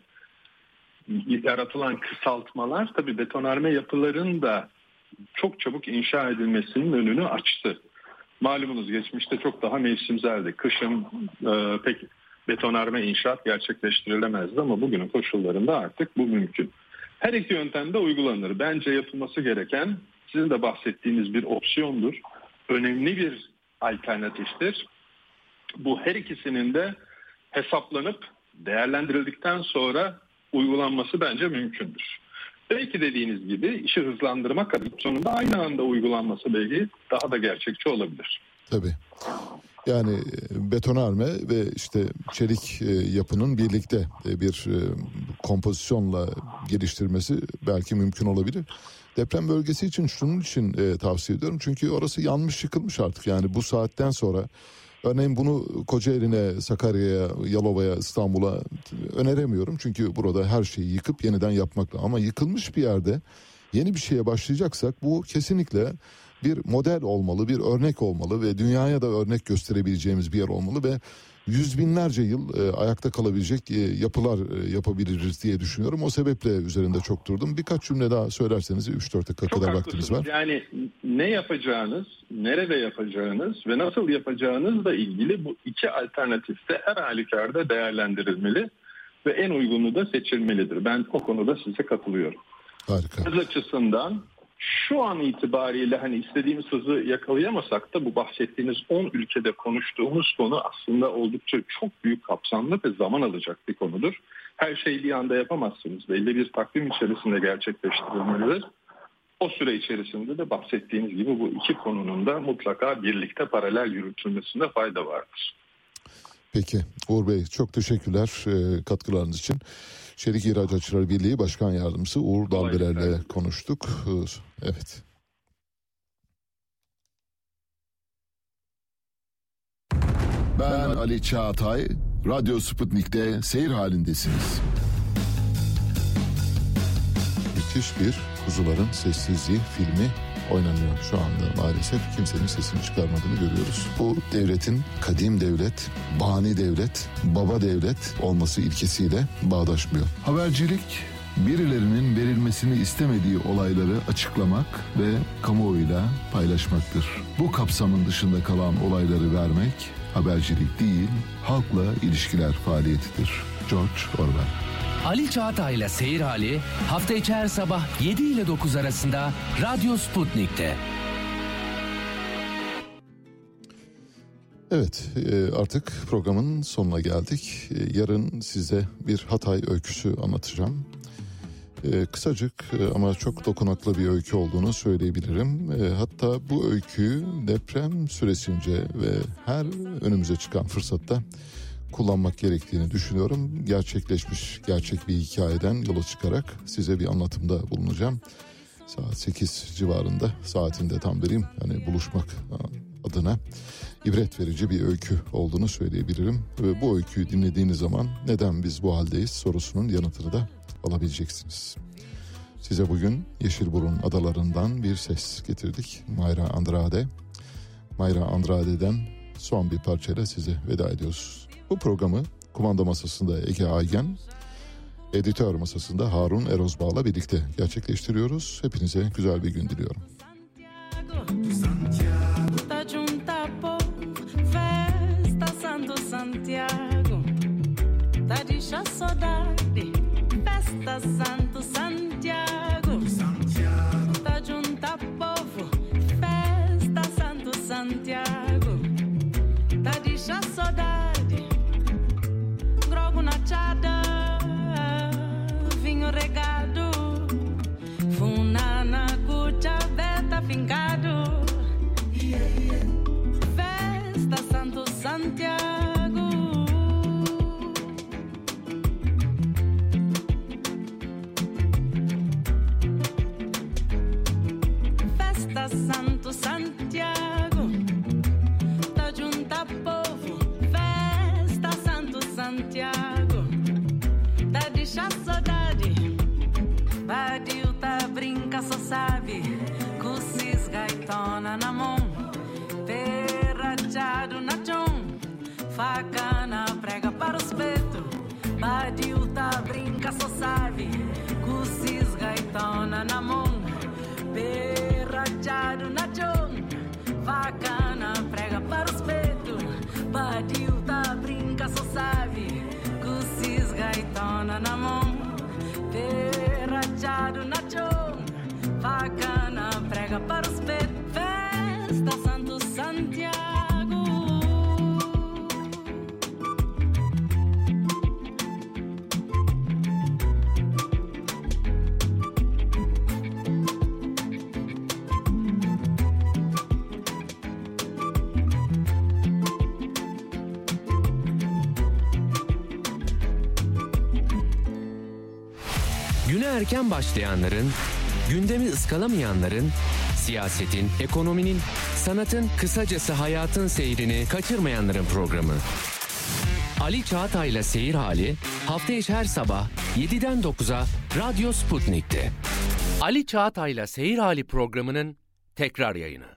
yaratılan kısaltmalar tabii betonarme yapıların da çok çabuk inşa edilmesinin önünü açtı. Malumunuz geçmişte çok daha mevsimseldi. Kışın pek betonarme inşaat gerçekleştirilemezdi ama bugünün koşullarında artık bu mümkün. Her iki yöntemde uygulanır. Bence yapılması gereken sizin de bahsettiğiniz bir opsiyondur. Önemli bir alternatiftir. Bu her ikisinin de hesaplanıp değerlendirildikten sonra uygulanması bence mümkündür. Belki dediğiniz gibi işi hızlandırmak adına sonunda aynı anda uygulanması belki daha da gerçekçi olabilir.
Tabii. Yani betonarme ve işte çelik yapının birlikte bir kompozisyonla geliştirmesi belki mümkün olabilir. Deprem bölgesi için şunun için tavsiye ediyorum. Çünkü orası yanmış yıkılmış artık. Yani bu saatten sonra örneğin bunu Kocaeli'ne, Sakarya'ya, Yalova'ya, İstanbul'a öneremiyorum. Çünkü burada her şeyi yıkıp yeniden yapmakla. Ama yıkılmış bir yerde yeni bir şeye başlayacaksak bu kesinlikle bir model olmalı, bir örnek olmalı ve dünyaya da örnek gösterebileceğimiz bir yer olmalı ve yüz binlerce yıl ayakta kalabilecek yapılar yapabiliriz diye düşünüyorum. O sebeple üzerinde çok durdum. Birkaç cümle daha söylerseniz 3-4 dakika kadar vaktimiz var.
Yani ne yapacağınız, nerede yapacağınız ve nasıl yapacağınızla ilgili bu iki alternatif de her halükarda değerlendirilmeli ve en uygunu da seçilmelidir. Ben o konuda size katılıyorum.
Harika.
Hız açısından şu an itibariyle hani istediğimiz hızı yakalayamasak da bu bahsettiğiniz 10 ülkede konuştuğumuz konu aslında oldukça çok büyük kapsamlı ve zaman alacak bir konudur. Her şeyi bir anda yapamazsınız. Belli bir takvim içerisinde gerçekleştirilmelidir. O süre içerisinde de bahsettiğiniz gibi bu iki konunun da mutlaka birlikte paralel yürütülmesinde fayda vardır.
Peki Uğur Bey, çok teşekkürler katkılarınız için. Çelik İhracatçılar Birliği Başkan Yardımcısı Uğur Dalbeler'le konuştuk. Evet.
Ben Ali Çağatay, Radyo Sputnik'te seyir halindesiniz.
Müthiş bir Kuzuların Sessizliği filmi oynanıyor şu anda maalesef. Kimsenin sesini çıkarmadığını görüyoruz. Bu devletin kadim devlet, bani devlet, baba devlet olması ilkesiyle bağdaşmıyor.
Habercilik, birilerinin verilmesini istemediği olayları açıklamak ve kamuoyuyla paylaşmaktır. Bu kapsamın dışında kalan olayları vermek habercilik değil, halkla ilişkiler faaliyetidir. George Orwell.
Ali Çağatay'la Seyir Hali hafta içi her sabah 7 ile 9 arasında Radyo Sputnik'te.
Evet, artık programın sonuna geldik. Yarın size bir Hatay öyküsü anlatacağım. Kısacık ama çok dokunaklı bir öykü olduğunu söyleyebilirim. Hatta bu öyküyü deprem süresince ve her önümüze çıkan fırsatta kullanmak gerektiğini düşünüyorum. Gerçekleşmiş gerçek bir hikayeden yola çıkarak size bir anlatımda bulunacağım. Saat 8 civarında, saatinde tam vereyim. Hani buluşmak adına ibret verici bir öykü olduğunu söyleyebilirim. Ve bu öyküyü dinlediğiniz zaman neden biz bu haldeyiz sorusunun yanıtını da alabileceksiniz. Size bugün Yeşilburun adalarından bir ses getirdik. Mayra Andrade. Mayra Andrade'den son bir parçayla size veda ediyoruz. Bu programı kumanda masasında Ege Aygen, editör masasında Harun Erozbağ'la birlikte gerçekleştiriyoruz. Hepinize güzel bir gün diliyorum.
Vinho regado, funana, cucha, beta, fingado. Festa Santo Santiago. Festa Santo Santiago. Tá junta povo. Festa Santo Santiago. Tá deixa saudade. Badiu tá brinca, só sabe. Cussis gaitona na mão. Perrachado na chão. Faca na prega para os petos. Badiu tá brinca, só sabe. Cussis gaitona na mão. Perrachado na chão. Faca na prega para os petos. Badiu tá brinca, só sabe. Cussis gaitona na mão. Perrachado na chão. Faca na prega para os petos. Festa Santo Santiago.
Güne erken başlayanların, gündemi ıskalamayanların, siyasetin, ekonominin, sanatın, kısacası hayatın seyrini kaçırmayanların programı. Ali Çağatay'la Seyir Hali hafta içi her sabah 7'den 9'a Radyo Sputnik'te. Ali Çağatay'la Seyir Hali programının tekrar yayını.